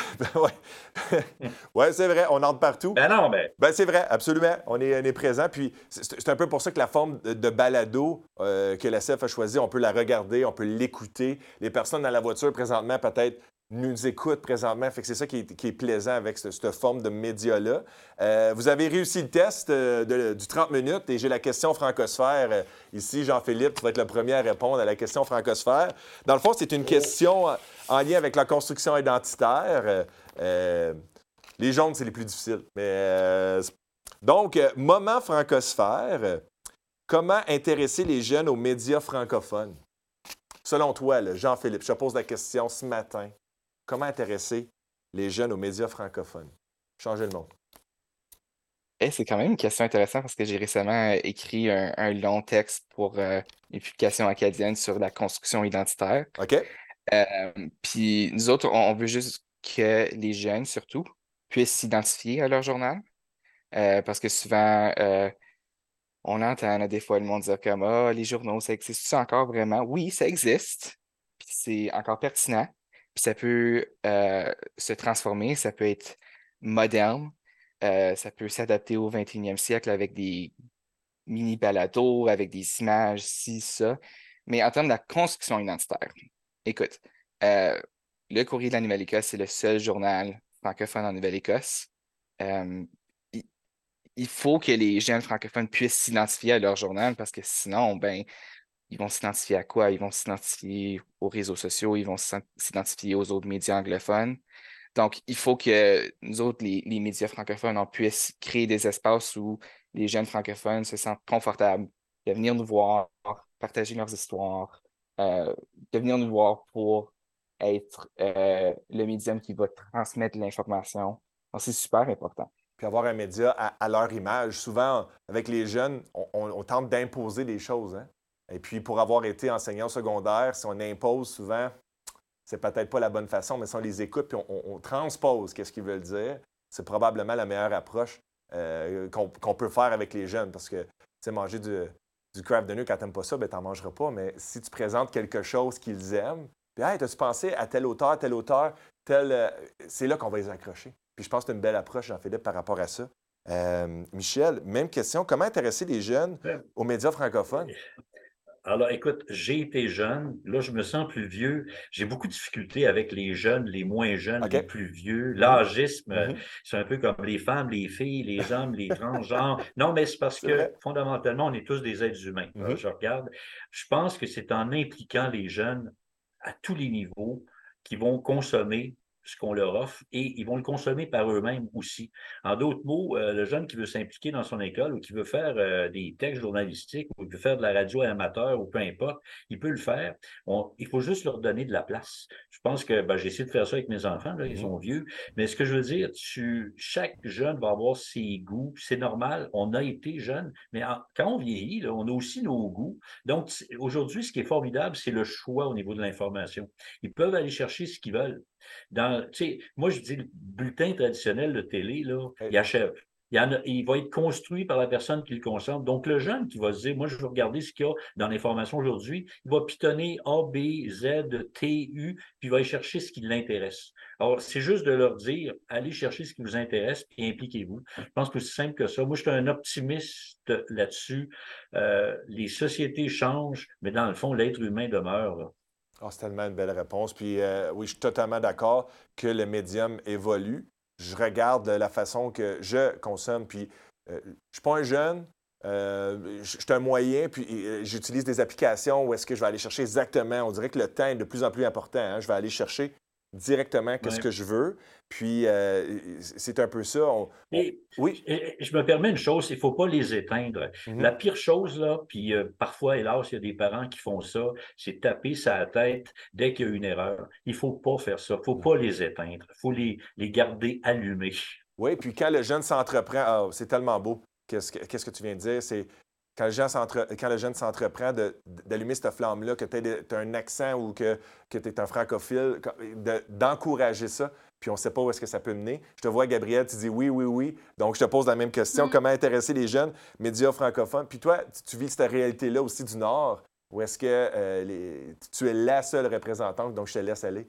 [SPEAKER 1] oui, ouais, c'est vrai, on entre partout.
[SPEAKER 4] Ben non, mais...
[SPEAKER 1] Ben c'est vrai, absolument, on est, on est présent. Puis c'est, c'est un peu pour ça que la forme de, de balado euh, que la C F a choisie, on peut la regarder, on peut l'écouter. Les personnes dans la voiture, présentement, peut-être nous écoutent présentement. Fait que c'est ça qui est, qui est plaisant avec cette, cette forme de média-là. Euh, vous avez réussi le test euh, de, du trente minutes et j'ai la question francosphère. Euh, ici, Jean-Philippe, tu vas être le premier à répondre à la question francosphère. Dans le fond, c'est une question en lien avec la construction identitaire. Euh, euh, les jaunes, c'est les plus difficiles. Mais, euh, donc, euh, moment francosphère, euh, comment intéresser les jeunes aux médias francophones? Selon toi, là, Jean-Philippe, je te pose la question ce matin. Comment intéresser les jeunes aux médias francophones? Changer le monde.
[SPEAKER 3] Eh, c'est quand même une question intéressante parce que j'ai récemment écrit un, un long texte pour euh, une publication acadienne sur la construction identitaire.
[SPEAKER 1] OK.
[SPEAKER 3] Euh, puis nous autres, on, on veut juste que les jeunes, surtout, puissent s'identifier à leur journal. Euh, parce que souvent, euh, on entend là, des fois le monde dire comme « Ah, les journaux, ça existe-tu encore vraiment? » Oui, ça existe. Puis c'est encore pertinent. Puis ça peut euh, se transformer, ça peut être moderne, euh, ça peut s'adapter au vingt et unième siècle avec des mini-balados, avec des images, ci, ça. Mais en termes de la construction identitaire, écoute, euh, le Courrier de la Nouvelle-Écosse, c'est le seul journal francophone en Nouvelle-Écosse. Euh, il, il faut que les jeunes francophones puissent s'identifier à leur journal parce que sinon, ben, ils vont s'identifier à quoi? Ils vont s'identifier aux réseaux sociaux, ils vont s'identifier aux autres médias anglophones. Donc, il faut que nous autres, les, les médias francophones, on puisse créer des espaces où les jeunes francophones se sentent confortables de venir nous voir, partager leurs histoires, euh, de venir nous voir pour être euh, le médium qui va transmettre l'information. Donc, c'est super important.
[SPEAKER 1] Puis avoir un média à, à leur image. Souvent, avec les jeunes, on, on, on tente d'imposer des choses, hein? Et puis, pour avoir été enseignant secondaire, si on impose souvent, c'est peut-être pas la bonne façon, mais si on les écoute puis on, on, on transpose qu'est-ce qu'ils veulent dire, c'est probablement la meilleure approche euh, qu'on, qu'on peut faire avec les jeunes. Parce que, tu sais, manger du, du craft dinner, quand t'aimes pas ça, ben t'en mangeras pas. Mais si tu présentes quelque chose qu'ils aiment, puis, hey, t'as-tu pensé à tel auteur, tel auteur, tel... Euh, c'est là qu'on va les accrocher. Puis je pense que c'est une belle approche, Jean-Philippe, par rapport à ça. Euh, Michel, même question. Comment intéresser les jeunes aux médias francophones?
[SPEAKER 4] Alors, écoute, j'ai été jeune. Là, je me sens plus vieux. J'ai beaucoup de difficultés avec les jeunes, les moins jeunes, okay. les plus vieux. L'âgisme, mm-hmm. c'est un peu comme les femmes, les filles, les hommes, les transgenres. Non, mais c'est parce c'est que, vrai. Fondamentalement, on est tous des êtres humains. Mm-hmm. Alors, je regarde. Je pense que c'est en impliquant les jeunes à tous les niveaux qui vont consommer ce qu'on leur offre et ils vont le consommer par eux-mêmes aussi. En d'autres mots, euh, le jeune qui veut s'impliquer dans son école ou qui veut faire euh, des textes journalistiques ou qui veut faire de la radio amateur ou peu importe, il peut le faire. On, il faut juste leur donner de la place. Je pense que ben, j'ai essayé de faire ça avec mes enfants, là, ils sont vieux. Mais ce que je veux dire, tu, chaque jeune va avoir ses goûts. C'est normal, on a été jeune, mais en, quand on vieillit, là, on a aussi nos goûts. Donc, aujourd'hui, ce qui est formidable, c'est le choix au niveau de l'information. Ils peuvent aller chercher ce qu'ils veulent. Dans, moi, je dis le bulletin traditionnel de télé, là, il achève. Il, y en a, il va être construit par la personne qui le consomme. Donc, le jeune qui va se dire, moi, je veux regarder ce qu'il y a dans l'information aujourd'hui, il va pitonner A, B, Z, T, U, puis il va aller chercher ce qui l'intéresse. Alors, c'est juste de leur dire, allez chercher ce qui vous intéresse, puis impliquez-vous. Je pense que c'est simple que ça. Moi, je suis un optimiste là-dessus. Euh, les sociétés changent, mais dans le fond, l'être humain demeure, là.
[SPEAKER 1] Oh, c'est tellement une belle réponse. Puis euh, oui, je suis totalement d'accord que le médium évolue. Je regarde la façon que je consomme. Puis euh, je ne suis pas un jeune, euh, je suis un moyen, puis euh, j'utilise des applications où est-ce que je vais aller chercher exactement. On dirait que le temps est de plus en plus important. Hein? Je vais aller chercher directement qu'est-ce
[SPEAKER 4] Ouais.
[SPEAKER 1] que je veux. Puis euh, c'est un peu ça. On, on...
[SPEAKER 4] Et,
[SPEAKER 1] oui.
[SPEAKER 4] et, je me permets une chose, il ne faut pas les éteindre.
[SPEAKER 1] Mm-hmm.
[SPEAKER 4] La pire chose, là, puis euh, parfois, hélas, il y a des parents qui font ça, c'est taper sa tête dès qu'il y a une erreur. Il ne faut pas faire ça. Il ne faut pas les éteindre. Il faut les, les garder allumés.
[SPEAKER 1] Oui, puis quand le jeune s'entreprend, oh, c'est tellement beau. Qu'est-ce que, qu'est-ce que tu viens de dire? C'est quand le jeune, quand le jeune s'entreprend de, d'allumer cette flamme-là, que tu as un accent ou que, que tu es un francophile, de, d'encourager ça, puis on ne sait pas où est-ce que ça peut mener. Je te vois, Gabrielle, tu dis oui, oui, oui. Donc, je te pose la même question. Mm. Comment intéresser les jeunes médias francophones? Puis toi, tu vis cette réalité-là aussi du Nord, où est-ce que euh, les, tu es la seule représentante, donc je te laisse aller.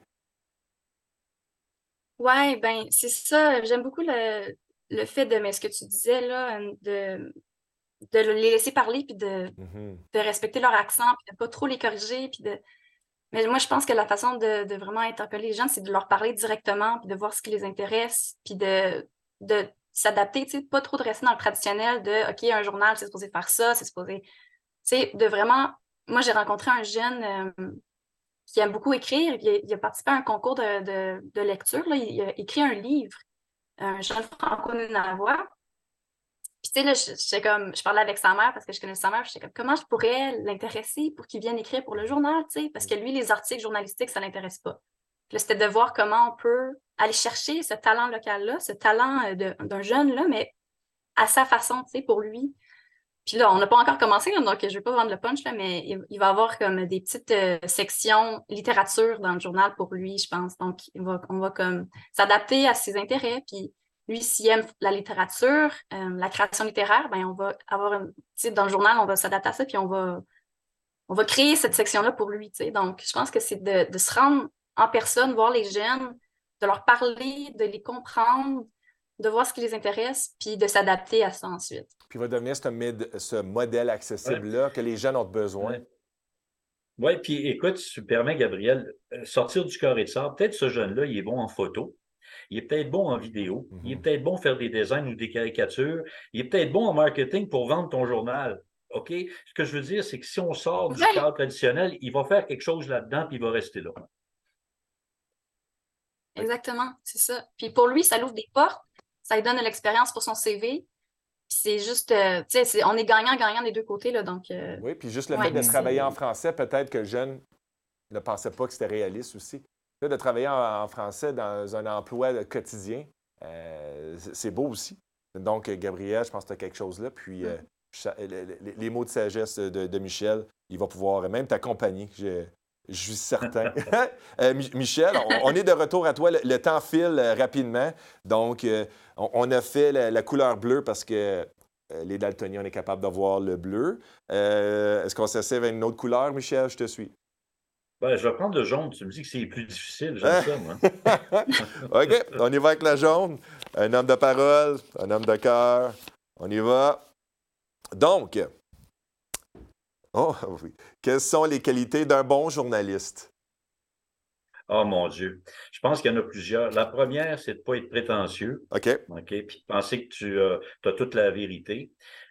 [SPEAKER 2] Oui, bien, c'est ça. J'aime beaucoup le, le fait de, mais ce que tu disais, là, de... de les laisser parler, puis de, mm-hmm. de respecter leur accent, puis de ne pas trop les corriger. Puis de... Mais moi, je pense que la façon de, de vraiment interpeller les gens, c'est de leur parler directement, puis de voir ce qui les intéresse, puis de, de s'adapter, tu sais, pas trop de rester dans le traditionnel de « OK, un journal, c'est supposé faire ça, c'est supposé... » Tu sais, de vraiment... Moi, j'ai rencontré un jeune euh, qui aime beaucoup écrire, il a, il a participé à un concours de, de, de lecture, là. Il a écrit un livre, un jeune franco-nunavois. Puis, tu sais, là, je, comme, je parlais avec sa mère parce que je connais sa mère. Je comme, comment je pourrais l'intéresser pour qu'il vienne écrire pour le journal, tu sais? Parce que lui, les articles journalistiques, ça ne l'intéresse pas. Puis là, c'était de voir comment on peut aller chercher ce talent local-là, ce talent de, d'un jeune-là, mais à sa façon, tu sais, pour lui. Puis là, on n'a pas encore commencé, là, donc je ne vais pas vendre le punch, là, mais il, il va y avoir comme des petites euh, sections littérature dans le journal pour lui, je pense. Donc, il va, on va comme s'adapter à ses intérêts, puis lui, s'il aime la littérature, euh, la création littéraire, ben on va avoir un, tu sais, dans le journal, on va s'adapter à ça, puis on va, on va créer cette section-là pour lui, tu sais. Donc, je pense que c'est de, de se rendre en personne, voir les jeunes, de leur parler, de les comprendre, de voir ce qui les intéresse, puis de s'adapter à ça ensuite.
[SPEAKER 1] Puis il va devenir ce, mid, ce modèle accessible-là ouais. que les jeunes ont besoin.
[SPEAKER 4] Ouais. Oui, puis écoute, si tu me permets, Gabriel, sortir du carré de sable, peut-être ce jeune-là, il est bon en photo. Il est peut-être bon en vidéo, mm-hmm. il est peut-être bon faire des designs ou des caricatures, il est peut-être bon en marketing pour vendre ton journal. OK? Ce que je veux dire, c'est que si on sort du cadre traditionnel, il va faire quelque chose là-dedans, puis il va rester là.
[SPEAKER 2] Exactement, c'est ça. Puis pour lui, ça l'ouvre des portes, ça lui donne de l'expérience pour son C V. Puis c'est juste, euh, tu sais, on est gagnant-gagnant des deux côtés, là, donc... Euh,
[SPEAKER 1] oui, puis juste le
[SPEAKER 2] ouais,
[SPEAKER 1] fait de travailler en français, peut-être que le jeune ne pensait pas que c'était réaliste aussi. De travailler en français dans un emploi quotidien, euh, c'est beau aussi. Donc, Gabriel, je pense que tu as quelque chose là. Puis, euh, les, les mots de sagesse de, de Michel, il va pouvoir même t'accompagner. Je, je suis certain. euh, Michel, on, on est de retour à toi. Le, le temps file euh, rapidement. Donc, euh, on, on a fait la, la couleur bleue parce que euh, les daltoniens, on est capable de voir le bleu. Euh, est-ce qu'on s'essaie avec une autre couleur, Michel? Je te suis.
[SPEAKER 4] Ben, je vais prendre le jaune. Tu me dis que c'est plus difficile. J'aime ça, moi.
[SPEAKER 1] OK, on y va avec la jaune. Un homme de parole, un homme de cœur. On y va. Donc, oh oui. Quelles sont les qualités d'un bon journaliste?
[SPEAKER 4] Oh mon Dieu. Je pense qu'il y en a plusieurs. La première, c'est de ne pas être prétentieux.
[SPEAKER 1] OK.
[SPEAKER 4] OK. Puis de penser que tu euh, as toute la vérité.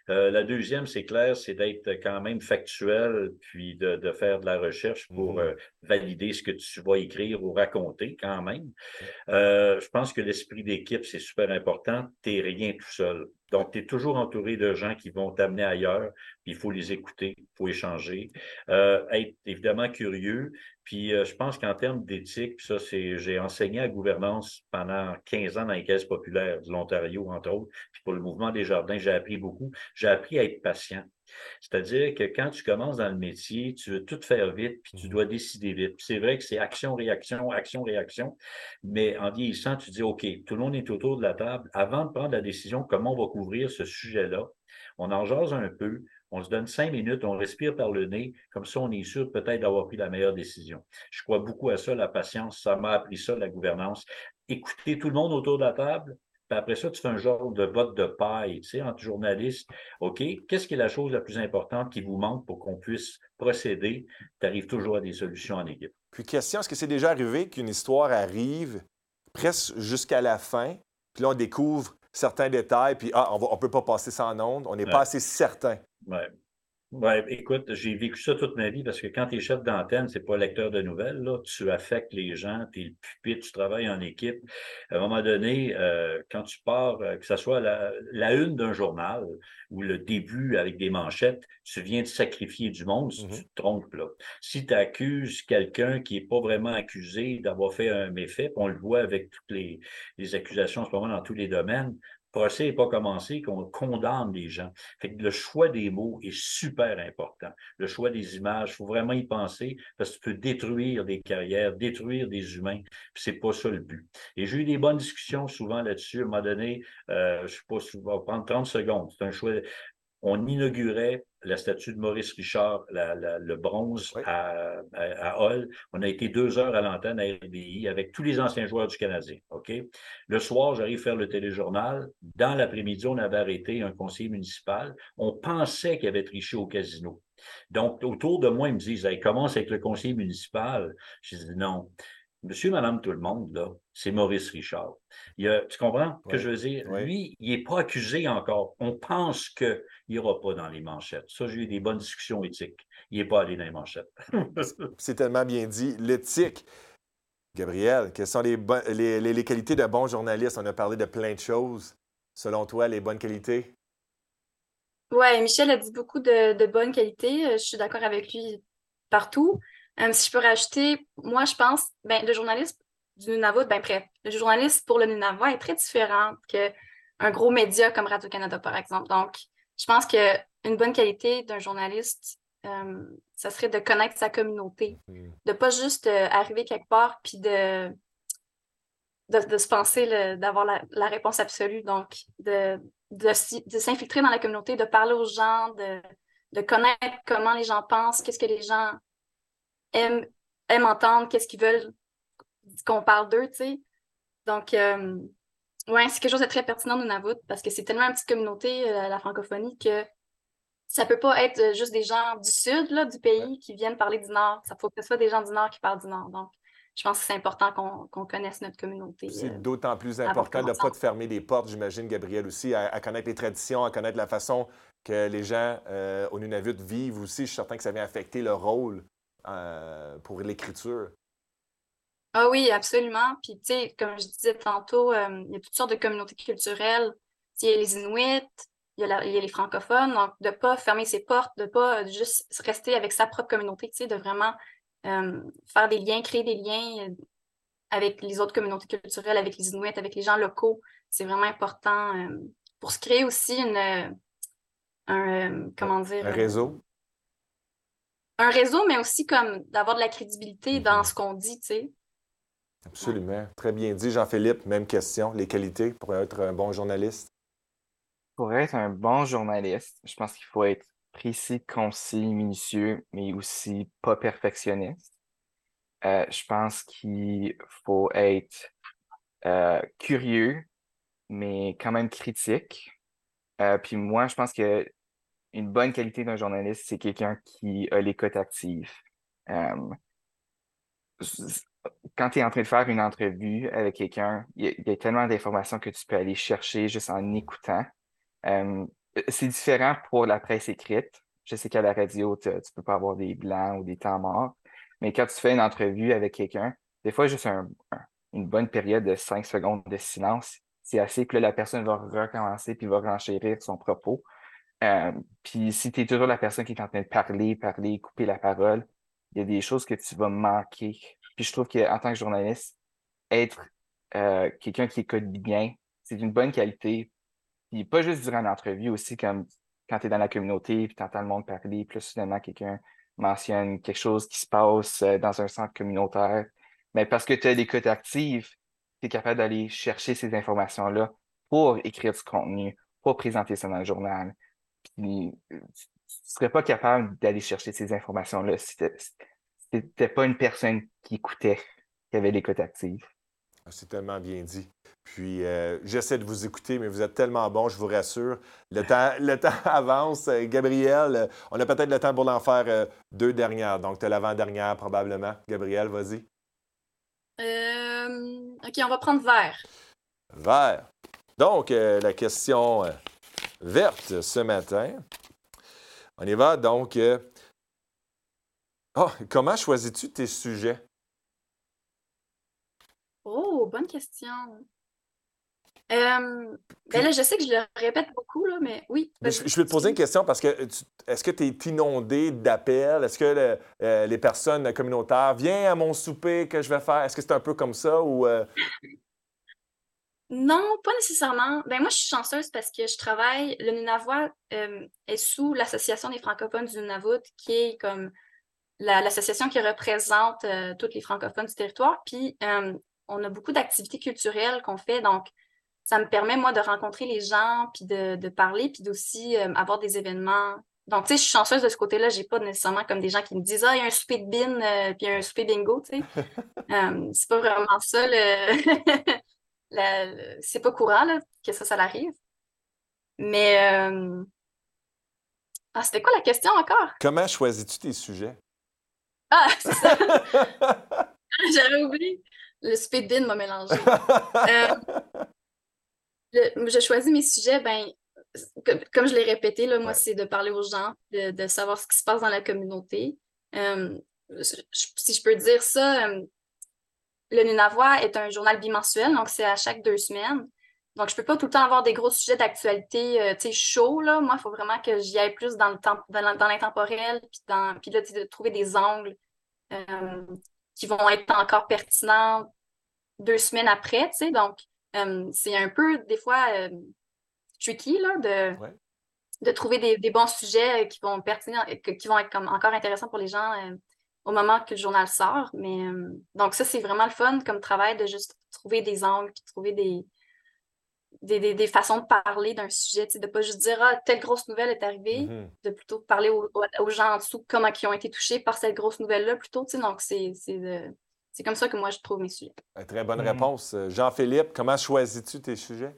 [SPEAKER 4] Euh, la deuxième, c'est clair, c'est d'être quand même factuel, puis de, de faire de la recherche pour
[SPEAKER 1] Mhm.
[SPEAKER 4] euh, valider ce que tu vas écrire ou raconter quand même. Euh, je pense que l'esprit d'équipe, c'est super important. Tu n'es rien tout seul. Donc, tu es toujours entouré de gens qui vont t'amener ailleurs, puis il faut les écouter, il faut échanger. Euh, être évidemment curieux. Puis euh, je pense qu'en termes d'éthique, puis ça, c'est, j'ai enseigné à gouvernance pendant quinze ans dans les caisses populaires de l'Ontario, entre autres. Puis pour le mouvement des jardins, j'ai appris beaucoup. J'ai appris à être patient. C'est-à-dire que quand tu commences dans le métier, tu veux tout faire vite, puis tu
[SPEAKER 1] Mhm.
[SPEAKER 4] dois décider vite. Puis c'est vrai que c'est action-réaction, action-réaction, mais en vieillissant, tu dis, OK, tout le monde est autour de la table. Avant de prendre la décision, comment on va couvrir ce sujet-là, on en jase un peu, on se donne cinq minutes, on respire par le nez, comme ça on est sûr peut-être d'avoir pris la meilleure décision. Je crois beaucoup à ça, la patience, ça m'a appris ça, la gouvernance. Écouter tout le monde autour de la table, puis après ça, tu fais un genre de vote de paille, tu sais, entre journalistes. OK, qu'est-ce qui est la chose la plus importante qui vous manque pour qu'on puisse procéder? Tu arrives toujours à des solutions en équipe.
[SPEAKER 1] Puis question, est-ce que c'est déjà arrivé qu'une histoire arrive presque jusqu'à la fin, puis là, on découvre certains détails, puis ah, on ne peut pas passer sans onde, on n'est pas
[SPEAKER 4] Ouais.
[SPEAKER 1] assez certain.
[SPEAKER 4] Ouais. Oui, écoute, j'ai vécu ça toute ma vie parce que quand tu es chef d'antenne, c'est pas lecteur de nouvelles, là. Tu affectes les gens, tu es le pupitre, tu travailles en équipe. À un moment donné, euh, quand tu pars, euh, que ce soit la, la une d'un journal ou le début avec des manchettes, tu viens de sacrifier du monde si
[SPEAKER 1] Mhm.
[SPEAKER 4] tu te trompes, là. Si tu accuses quelqu'un qui n'est pas vraiment accusé d'avoir fait un méfait, puis on le voit avec toutes les, les accusations en ce moment dans tous les domaines, le procès n'est pas commencé, qu'on condamne les gens. Fait que le choix des mots est super important. Le choix des images, il faut vraiment y penser parce que tu peux détruire des carrières, détruire des humains, puis c'est pas ça le but. Et j'ai eu des bonnes discussions souvent là-dessus. À un moment donné, euh, je sais pas si on va prendre trente secondes. C'est un choix. On inaugurait la statue de Maurice Richard, la, la, le bronze
[SPEAKER 1] Oui.
[SPEAKER 4] à, à, à Hull. On a été deux heures à l'antenne à R D I avec tous les anciens joueurs du Canadien. OK? Le soir, j'arrive faire le téléjournal. Dans l'après-midi, on avait arrêté un conseiller municipal. On pensait qu'il avait triché au casino. Donc, autour de moi, ils me disent, hey, commence avec le conseiller municipal. Je dis non. Monsieur, madame, tout le monde, là, c'est Maurice Richard. Il a, tu comprends ce que
[SPEAKER 1] Oui.
[SPEAKER 4] je veux dire?
[SPEAKER 1] Oui.
[SPEAKER 4] Lui, il n'est pas accusé encore. On pense qu'il n'ira pas dans les manchettes. Ça, j'ai eu des bonnes discussions éthiques. Il n'est pas allé dans les manchettes.
[SPEAKER 1] C'est tellement bien dit. L'éthique. Gabriel, quelles sont les, bon- les, les- les qualités d'un bon journaliste? On a parlé de plein de choses. Selon toi, les bonnes qualités?
[SPEAKER 2] Ouais, Michel a dit beaucoup de, de bonnes qualités. Euh, Je suis d'accord avec lui partout. Euh, si je peux rajouter, moi, je pense, ben, le journaliste du Nunavut, ben, bref, le journaliste pour le Nunavut est très différent qu'un gros média comme Radio-Canada, par exemple. Donc, je pense qu'une bonne qualité d'un journaliste, euh, ça serait de connaître sa communauté,
[SPEAKER 1] Hmm.
[SPEAKER 2] de pas juste euh, arriver quelque part puis de, de, de se penser le- d'avoir la, la réponse absolue. Donc, de, de, s'y- de s'infiltrer dans la communauté, de parler aux gens, de, de connaître comment les gens pensent, qu'est-ce que les gens aiment, aiment entendre, qu'est-ce qu'ils veulent qu'on parle d'eux, tu sais. Donc, euh, ouais, c'est quelque chose de très pertinent, Nunavut, parce que c'est tellement une petite communauté, euh, la francophonie, que ça peut pas être juste des gens du sud, là, du
[SPEAKER 1] Ouais.
[SPEAKER 2] pays qui viennent parler du nord. Ça faut que ce soit des gens du nord qui parlent du nord. Donc, je pense que c'est important qu'on qu'on connaisse notre communauté
[SPEAKER 1] C'est
[SPEAKER 2] euh,
[SPEAKER 1] d'autant plus
[SPEAKER 2] avant de
[SPEAKER 1] important de ne
[SPEAKER 2] commencer.
[SPEAKER 1] pas te fermer des portes, j'imagine, Gabriel, aussi, à, à connaître les traditions, à connaître la façon que les gens euh, au Nunavut vivent aussi. Je suis certain que ça vient affecter le rôle euh, pour l'écriture.
[SPEAKER 2] Ah oui, absolument. Puis, tu sais, comme je disais tantôt, euh, il y a toutes sortes de communautés culturelles. Il y a les Inuits, il y a, la- il y a les francophones. Donc, de ne pas fermer ses portes, de ne pas euh, juste rester avec sa propre communauté, tu sais, de vraiment euh, faire des liens, créer des liens euh, avec les autres communautés culturelles, avec les Inuits, avec les gens locaux. C'est vraiment important euh, pour se créer aussi une, euh, un, euh, comment dire,
[SPEAKER 1] Un
[SPEAKER 2] euh,
[SPEAKER 1] réseau?
[SPEAKER 2] un réseau, mais aussi comme d'avoir de la crédibilité dans
[SPEAKER 1] Mhm.
[SPEAKER 2] ce qu'on dit, tu sais. Ouais.
[SPEAKER 1] Absolument. Très bien dit, Jean-Philippe. Même question. Les qualités pour être un bon journaliste?
[SPEAKER 3] Pour être un bon journaliste, je pense qu'il faut être précis, concis, minutieux, mais aussi pas perfectionniste. Euh, je pense qu'il faut être euh, curieux, mais quand même critique. Euh, puis moi, je pense que une bonne qualité d'un journaliste, c'est quelqu'un qui a l'écoute active. Euh, Quand tu es en train de faire une entrevue avec quelqu'un, il y, a il y a tellement d'informations que tu peux aller chercher juste en écoutant. Euh, c'est différent pour la presse écrite. Je sais qu'à la radio, tu ne peux pas avoir des blancs ou des temps morts, mais quand tu fais une entrevue avec quelqu'un, des fois, juste un- un- une bonne période de cinq secondes de silence, c'est assez, puis là, la personne va recommencer puis va renchérir son propos. Euh, puis si tu es toujours la personne qui est en train de parler, parler, couper la parole, il y a des choses que tu vas manquer. Puis je trouve qu'en tant que journaliste, être euh, quelqu'un qui écoute bien, c'est d'une bonne qualité. Puis pas juste durant l'entrevue, aussi comme quand tu es dans la communauté, puis tu entends le monde parler, puis là, soudainement, quelqu'un mentionne quelque chose qui se passe euh, dans un centre communautaire. Mais parce que tu as l'écoute active, tu es capable d'aller chercher ces informations-là pour écrire du contenu, pour présenter ça dans le journal. Puis euh, tu ne serais pas capable d'aller chercher ces informations-là si tu n'étais pas une personne qui écoutait, qui avait l'écoute active.
[SPEAKER 1] Ah, c'est tellement bien dit. Puis, euh, j'essaie de vous écouter, mais vous êtes tellement bon, je vous rassure. Le temps, le temps avance. Euh, Gabriel, euh, on a peut-être le temps pour l'en faire euh, deux dernières. Donc, tu as l'avant-dernière probablement. Gabriel, vas-y.
[SPEAKER 2] Euh, OK, on va prendre vert.
[SPEAKER 1] Vert. Donc, euh, la question euh, verte ce matin. On y va. Donc, euh... oh, comment choisis-tu tes sujets?
[SPEAKER 2] Oh, bonne question. Euh, ben là, je sais que je le répète beaucoup, là, mais oui.
[SPEAKER 1] Mais je, je vais te poser une question parce que tu- est-ce que tu es inondé d'appels? Est-ce que le- euh, les personnes communautaires viennent à mon souper que je vais faire? Est-ce que c'est un peu comme ça ou euh,
[SPEAKER 2] Non, pas nécessairement. Ben moi, je suis chanceuse parce que je travaille. Le Nunavut euh, est sous l'Association des francophones du Nunavut, qui est comme la- l'association qui représente euh, tous les francophones du territoire. Puis, euh, on a beaucoup d'activités culturelles qu'on fait. Donc, ça me permet, moi, de rencontrer les gens, puis de, de parler, puis d'aussi euh, avoir des événements. Donc, tu sais, je suis chanceuse de ce côté-là. J'ai pas nécessairement comme des gens qui me disent, ah, il y a un souper de bin, euh, puis il y a un souper bingo, tu sais. Euh, c'est pas vraiment ça, le... la- le- c'est pas courant, là, que ça, ça l'arrive. Mais, euh, ah, c'était quoi la question encore?
[SPEAKER 1] comment choisis-tu tes sujets?
[SPEAKER 2] Ah, c'est ça. J'avais oublié. Le souper de bin m'a mélangé. Euh, le- je choisis mes sujets, ben, comme, comme je l'ai répété, là, moi,
[SPEAKER 1] Ouais.
[SPEAKER 2] c'est de parler aux gens, de, de savoir ce qui se passe dans la communauté. Euh, je- je- si je peux dire ça, euh, le Nunavut est un journal bimensuel, donc c'est à chaque deux semaines. Donc, je peux pas tout le temps avoir des gros sujets d'actualité, euh, tu sais, chauds, là. Moi, il faut vraiment que j'y aille plus dans le temps, dans l'in- dans l'intemporel, puis dans, puis là, tu sais, de trouver des angles euh, qui vont être encore pertinents deux semaines après, tu sais. Donc, euh, c'est un peu, des fois, euh, tricky, là, de,
[SPEAKER 1] Ouais.
[SPEAKER 2] de trouver des, des bons sujets euh, qui vont pertinents, et que- qui vont être comme encore intéressants pour les gens euh, au moment que le journal sort. Mais euh, donc ça, c'est vraiment le fun comme travail de juste trouver des angles, puis trouver des, des, des, des façons de parler d'un sujet, tu sais, de pas juste dire ah, telle grosse nouvelle est arrivée,
[SPEAKER 1] Mhm.
[SPEAKER 2] de plutôt parler aux, aux gens en dessous comment ils ont été touchés par cette grosse nouvelle-là plutôt. Tu sais, donc c'est c'est de- c'est comme ça que moi je trouve mes sujets.
[SPEAKER 1] Euh, Très bonne
[SPEAKER 3] Mhm.
[SPEAKER 1] réponse. Euh, Jean-Philippe, comment choisis-tu tes sujets?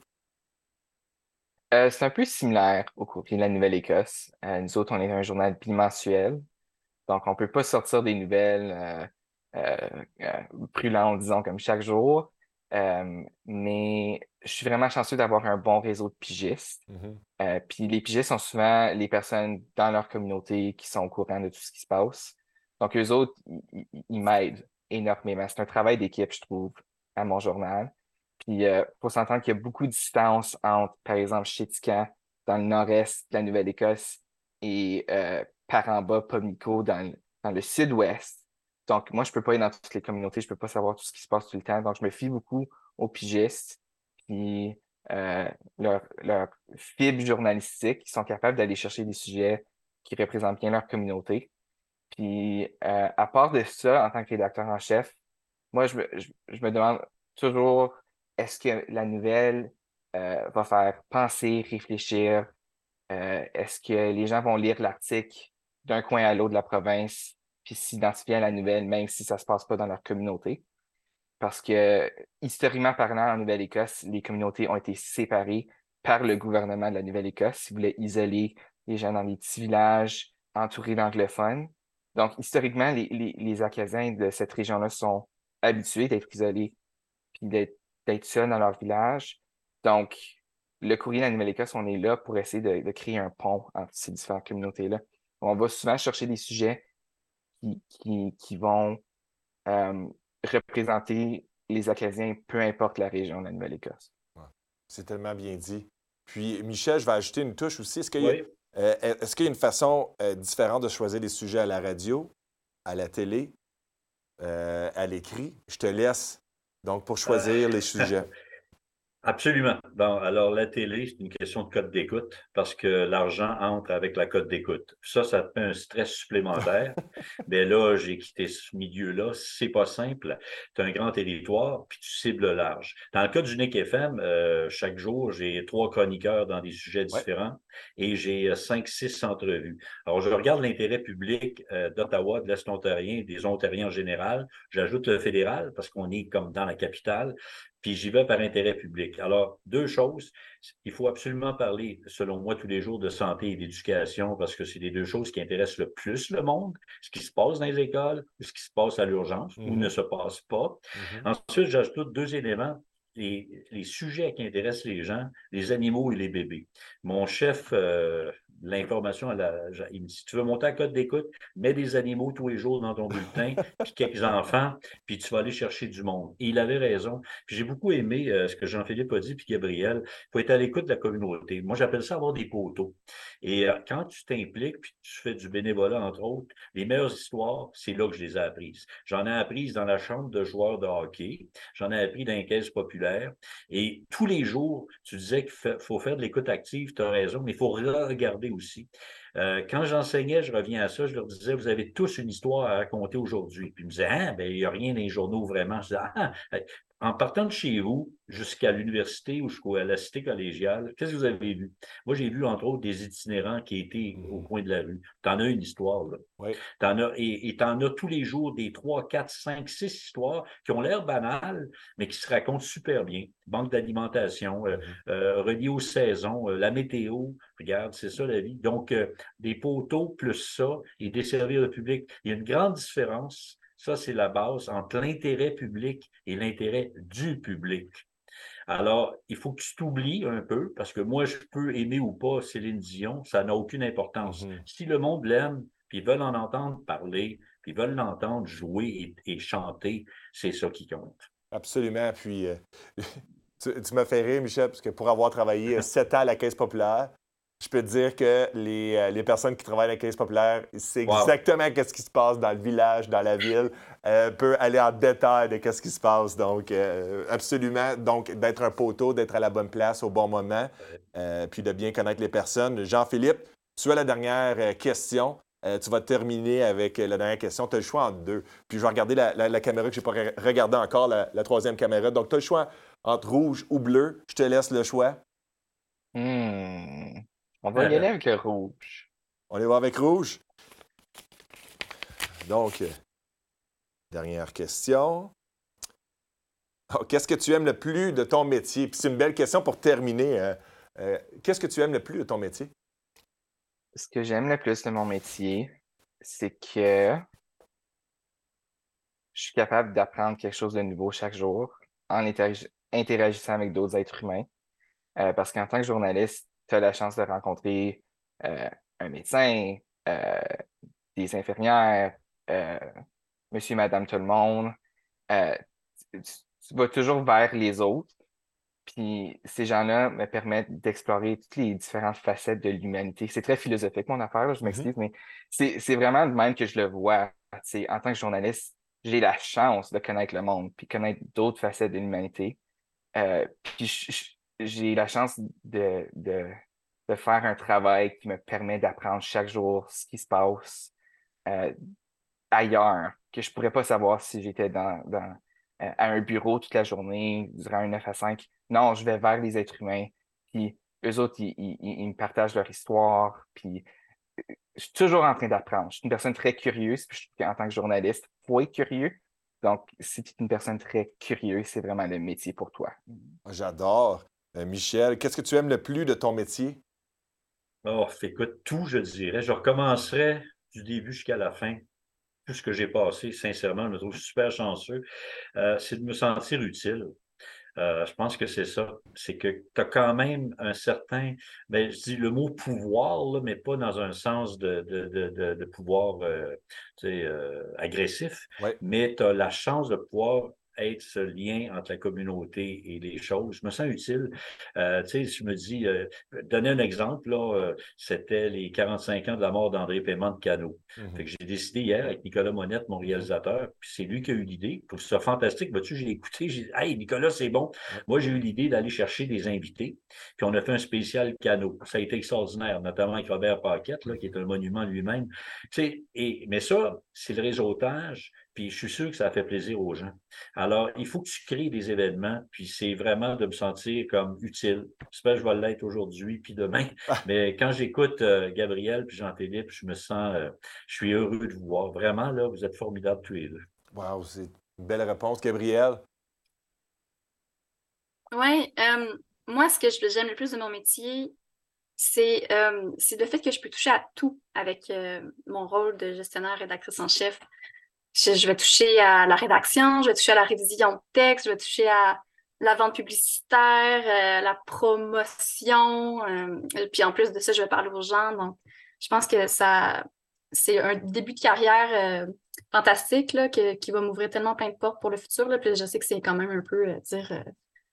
[SPEAKER 3] Euh, c'est un peu similaire au courrier de la Nouvelle-Écosse. Euh, nous autres, on est un journal bimensuel, donc on peut pas sortir des nouvelles euh, euh, euh, brûlantes, disons, comme chaque jour. Euh, mais je suis vraiment chanceux d'avoir un bon réseau de pigistes.
[SPEAKER 1] Mhm.
[SPEAKER 3] Euh, puis les pigistes sont souvent les personnes dans leur communauté qui sont au courant de tout ce qui se passe. Donc, eux autres, ils, ils- ils m'aident énormément. C'est un travail d'équipe, je trouve, à mon journal. Puis, il faut s'entendre qu'il y a beaucoup de distance entre, par exemple, Chétican, dans le nord-est de la Nouvelle-Écosse, et euh, par en bas, Pamlico, dans, le- dans le sud-ouest. Donc, moi, je peux pas être dans toutes les communautés, je peux pas savoir tout ce qui se passe tout le temps. Donc, je me fie beaucoup aux pigistes. Puis, euh, leur, leur fibre journalistique, ils sont capables d'aller chercher des sujets qui représentent bien leur communauté. Puis, euh, à part de ça, en tant que rédacteur en chef, moi, je me, je, je me demande toujours, est-ce que la nouvelle euh, va faire penser, réfléchir? Euh, est-ce que les gens vont lire l'article d'un coin à l'autre de la province, puis s'identifier à la nouvelle, même si ça ne se passe pas dans leur communauté? Parce que, historiquement parlant, en Nouvelle-Écosse, les communautés ont été séparées par le gouvernement de la Nouvelle-Écosse. Ils voulaient isoler les gens dans les petits villages entourés d'anglophones. Donc, historiquement, les, les, les Acadiens de cette région-là sont habitués d'être isolés puis d'être d'être seuls dans leur village. Donc, le courrier d'Animal Écosse, on est là pour essayer de, de créer un pont entre ces différentes communautés-là. On va souvent chercher des sujets qui, qui, qui vont euh, représenter les Acadiens, peu importe la région de la Nouvelle-Écosse.
[SPEAKER 1] Ouais. C'est tellement bien dit. Puis, Michel, je vais ajouter une touche aussi. Est-ce qu'il y a,
[SPEAKER 4] Oui.
[SPEAKER 1] euh, est-ce qu'il y a une façon euh, différente de choisir des sujets à la radio, à la télé, euh, à l'écrit? Je te laisse, donc, pour choisir
[SPEAKER 4] Euh,
[SPEAKER 1] les sujets.
[SPEAKER 4] Absolument. Bon, alors la télé, c'est une question de code d'écoute parce que l'argent entre avec la cote d'écoute. Ça, ça te met un stress supplémentaire. Mais là, j'ai quitté ce milieu-là. C'est pas simple. Tu as un grand territoire, puis tu cibles large. Dans le cas du N I C F M, euh, chaque jour, j'ai trois chroniqueurs dans des sujets
[SPEAKER 1] Ouais.
[SPEAKER 4] différents et j'ai euh, cinq, six entrevues. Alors, je regarde l'intérêt public euh, d'Ottawa, de l'Est ontarien, des Ontariens en général. J'ajoute le fédéral parce qu'on est comme dans la capitale. Puis j'y vais par intérêt public. Alors, deux choses. Il faut absolument parler, selon moi, tous les jours de santé et d'éducation parce que c'est les deux choses qui intéressent le plus le monde. Ce qui se passe dans les écoles, ce qui se passe à l'urgence
[SPEAKER 1] Mm-hmm.
[SPEAKER 4] ou ne se passe pas.
[SPEAKER 1] Mm-hmm.
[SPEAKER 4] Ensuite, j'ajoute deux éléments. Les, les sujets qui intéressent les gens, les animaux et les bébés. Mon chef, euh, l'information, à la, il me dit, si tu veux monter à code d'écoute, mets des animaux tous les jours dans ton bulletin, puis quelques enfants, puis tu vas aller chercher du monde. Et il avait raison. Puis j'ai beaucoup aimé euh, ce que Jean-Philippe a dit, puis Gabriel. Il faut être à l'écoute de la communauté. Moi, j'appelle ça avoir des poteaux. Et euh, quand tu t'impliques, puis tu fais du bénévolat, entre autres, les meilleures histoires, c'est là que je les ai apprises. J'en ai apprises dans la chambre de joueurs de hockey. J'en ai appris dans les caisses populaires. Et tous les jours, tu disais qu'il faut faire de l'écoute active, tu as raison, mais il faut regarder aussi. Euh, quand j'enseignais, je reviens à ça, je leur disais, vous avez tous une histoire à raconter aujourd'hui. Puis ils me disaient, ah, ben, il n'y a rien dans les journaux vraiment. Je disais, ah, en partant de chez vous jusqu'à l'université ou jusqu'à la cité collégiale, qu'est-ce que vous avez vu? Moi, j'ai vu, entre autres, des itinérants qui étaient au coin de la rue. T'en as une histoire, là.
[SPEAKER 1] Oui.
[SPEAKER 4] T'en as, et tu en as tous les jours des trois, quatre, cinq, six histoires qui ont l'air banales, mais qui se racontent super bien. Banque d'alimentation, euh, euh, relié aux saisons, euh, la météo, regarde, c'est ça la vie. Donc, euh, des poteaux plus ça et desservir le public. Il y a une grande différence. Ça, c'est la base entre l'intérêt public et l'intérêt du public. Alors, il faut que tu t'oublies un peu, parce que moi, je peux aimer ou pas Céline Dion, ça n'a aucune importance.
[SPEAKER 1] Mm-hmm.
[SPEAKER 4] Si le monde l'aime, puis ils veulent en entendre parler, puis ils veulent l'entendre jouer et, et chanter, c'est ça qui compte.
[SPEAKER 1] Absolument. Puis, euh, tu, tu m'as fait rire, Michel, parce que pour avoir travaillé sept ans à la Caisse populaire, je peux te dire que les, euh, les personnes qui travaillent à la Caisse populaire, c'est
[SPEAKER 4] Wow.
[SPEAKER 1] exactement ce qui se passe dans le village, dans la ville, euh, peut aller en détail de ce qui se passe. Donc, euh, absolument. Donc, d'être un poteau, d'être à la bonne place au bon moment, euh, puis de bien connaître les personnes. Jean-Philippe, tu as la dernière euh, question. Euh, tu vas terminer avec euh, la dernière question. Tu as le choix entre deux. Puis, je vais regarder la, la, la caméra que je n'ai pas re- regardé encore, la, la troisième caméra. Donc, tu as le choix entre rouge ou bleu. Je te laisse le choix.
[SPEAKER 3] Hmm. On va y aller avec le rouge.
[SPEAKER 1] On y va avec rouge. Donc, euh, dernière question. Oh, qu'est-ce que tu aimes le plus de ton métier? Puis c'est une belle question pour terminer. Euh, euh, qu'est-ce que tu aimes le plus de ton métier?
[SPEAKER 3] Ce que j'aime le plus de mon métier, c'est que je suis capable d'apprendre quelque chose de nouveau chaque jour en interag- interagissant avec d'autres êtres humains. Euh, parce qu'en tant que journaliste, tu as la chance de rencontrer euh, un médecin, euh, des infirmières, euh, monsieur, madame, tout le monde. Euh, tu, tu- tu vas toujours vers les autres. Puis ces gens-là me permettent d'explorer toutes les différentes facettes de l'humanité. C'est très philosophique, mon affaire, là, je m'excuse, mais c'est, c'est vraiment de même que je le vois. C'est, en tant que journaliste, j'ai la chance de connaître le monde, puis connaître d'autres facettes de l'humanité. Euh, puis je- je- j'ai la chance de, de, de faire un travail qui me permet d'apprendre chaque jour ce qui se passe euh, ailleurs, que je pourrais pas savoir si j'étais dans, dans, euh, à un bureau toute la journée, durant un neuf à cinq. Non, je vais vers les êtres humains, puis eux autres, ils, ils, ils me partagent leur histoire, puis je suis toujours en train d'apprendre. Je suis une personne très curieuse, puis je trouve qu'en tant que journaliste, il faut être curieux. Donc, si tu es une personne très curieuse, c'est vraiment le métier pour toi.
[SPEAKER 1] J'adore. Euh, Michel, qu'est-ce que tu aimes le plus de ton métier?
[SPEAKER 4] Oh, écoute, tout, je dirais. Je recommencerai du début jusqu'à la fin. Tout ce que j'ai passé, sincèrement, je me trouve super chanceux. Euh, c'est de me sentir utile. Euh, je pense que c'est ça. C'est que tu as quand même un certain, ben, je dis le mot pouvoir, là, mais pas dans un sens de, de, de, de, de pouvoir euh, tu sais, euh, agressif,
[SPEAKER 1] Ouais.
[SPEAKER 4] mais tu as la chance de pouvoir être ce lien entre la communauté et les choses. Je me sens utile. Euh, tu sais, je me dis, euh, donner un exemple, là, euh, c'était les quarante-cinq ans de la mort d'André Paiement de Cano.
[SPEAKER 1] Mhm.
[SPEAKER 4] Fait que j'ai décidé hier avec Nicolas Monette, mon réalisateur, puis c'est lui qui a eu l'idée. Je trouve ça fantastique. Vois-tu, j'ai écouté, j'ai dit, hey, Nicolas, c'est bon.
[SPEAKER 1] Ouais.
[SPEAKER 4] Moi, j'ai eu l'idée d'aller chercher des invités, puis on a fait un spécial Cano. Ça a été extraordinaire, notamment avec Robert Paquette, là, qui est un monument lui-même. Tu sais, et, mais ça, c'est le réseautage, puis je suis sûr que ça a fait plaisir aux gens. Alors, il faut que tu crées des événements, puis c'est vraiment de me sentir comme utile. J'espère que je vais l'être aujourd'hui, puis demain.
[SPEAKER 1] Ah,
[SPEAKER 4] Mais quand j'écoute euh, Gabriel puis Jean-Philippe, je me sens, euh, je suis heureux de vous voir. Vraiment, là, vous êtes formidables tous les deux.
[SPEAKER 1] wow, c'est une belle réponse, Gabriel.
[SPEAKER 2] Oui, euh, moi, ce que je- j'aime le plus de mon métier, c'est euh, c'est le fait que je peux toucher à tout avec euh, mon rôle de gestionnaire rédactrice en chef. Je, je vais toucher à la rédaction, je vais toucher à la révision de texte, je vais toucher à la vente publicitaire, euh, la promotion. Euh, et puis en plus de ça, je vais parler aux gens. Donc, je pense que ça, c'est un début de carrière euh, fantastique là, que- qui va m'ouvrir tellement plein de portes pour le futur. Là, puis je sais que c'est quand même un peu euh, dire euh,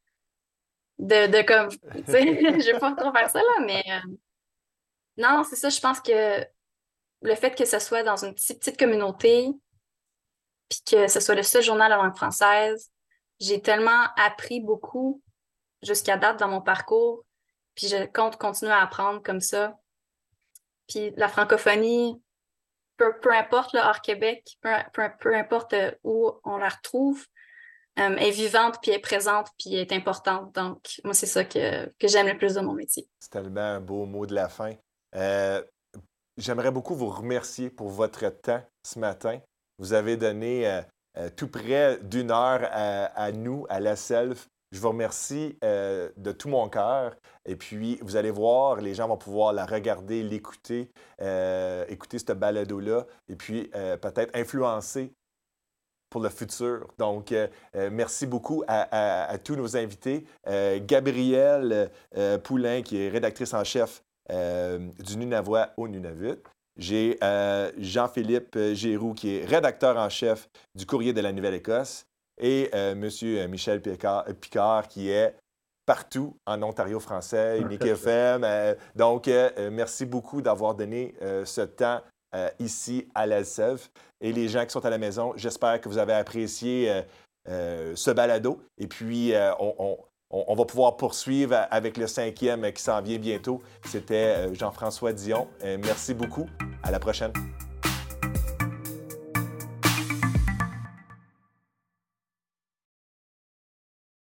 [SPEAKER 2] de, de comme, tu sais, je vais pas trop faire ça là, mais euh, non, c'est ça. Je pense que le fait que ce soit dans une petite, petite communauté, puis que ce soit le seul journal en langue française. J'ai tellement appris beaucoup jusqu'à date dans mon parcours, puis je compte continuer à apprendre comme ça. Puis la francophonie, peu, peu importe là, hors Québec, peu, peu, peu importe euh, où on la retrouve, euh, est vivante, puis est présente, puis est importante. Donc, moi, c'est ça que, que j'aime le plus de mon métier.
[SPEAKER 1] C'est tellement un beau mot de la fin. Euh, J'aimerais beaucoup vous remercier pour votre temps ce matin. Vous avez donné euh, euh, tout près d'une heure à, à nous, à la Self. Je vous remercie euh, de tout mon cœur. Et puis, vous allez voir, les gens vont pouvoir la regarder, l'écouter, euh, écouter ce balado-là, et puis euh, peut-être influencer pour le futur. Donc, euh, euh, merci beaucoup à, à- à tous nos invités. Euh, Gabrielle euh, Poulain, qui est rédactrice en chef euh, du Nunavut au Nunavut. J'ai euh, Jean-Philippe Giroux, qui est rédacteur en chef du Courrier de la Nouvelle-Écosse. Et euh, M. Michel Picard, Picard, qui est partout en Ontario français, Unique F M. Euh, donc, euh, merci beaucoup d'avoir donné euh, ce temps euh, ici à l'A S E V. Et les gens qui sont à la maison, j'espère que vous avez apprécié euh, euh, ce balado. Et puis, euh, on, on, on va pouvoir poursuivre avec le cinquième qui s'en vient bientôt. C'était euh, Jean-François Dion. Euh, merci beaucoup. À la prochaine.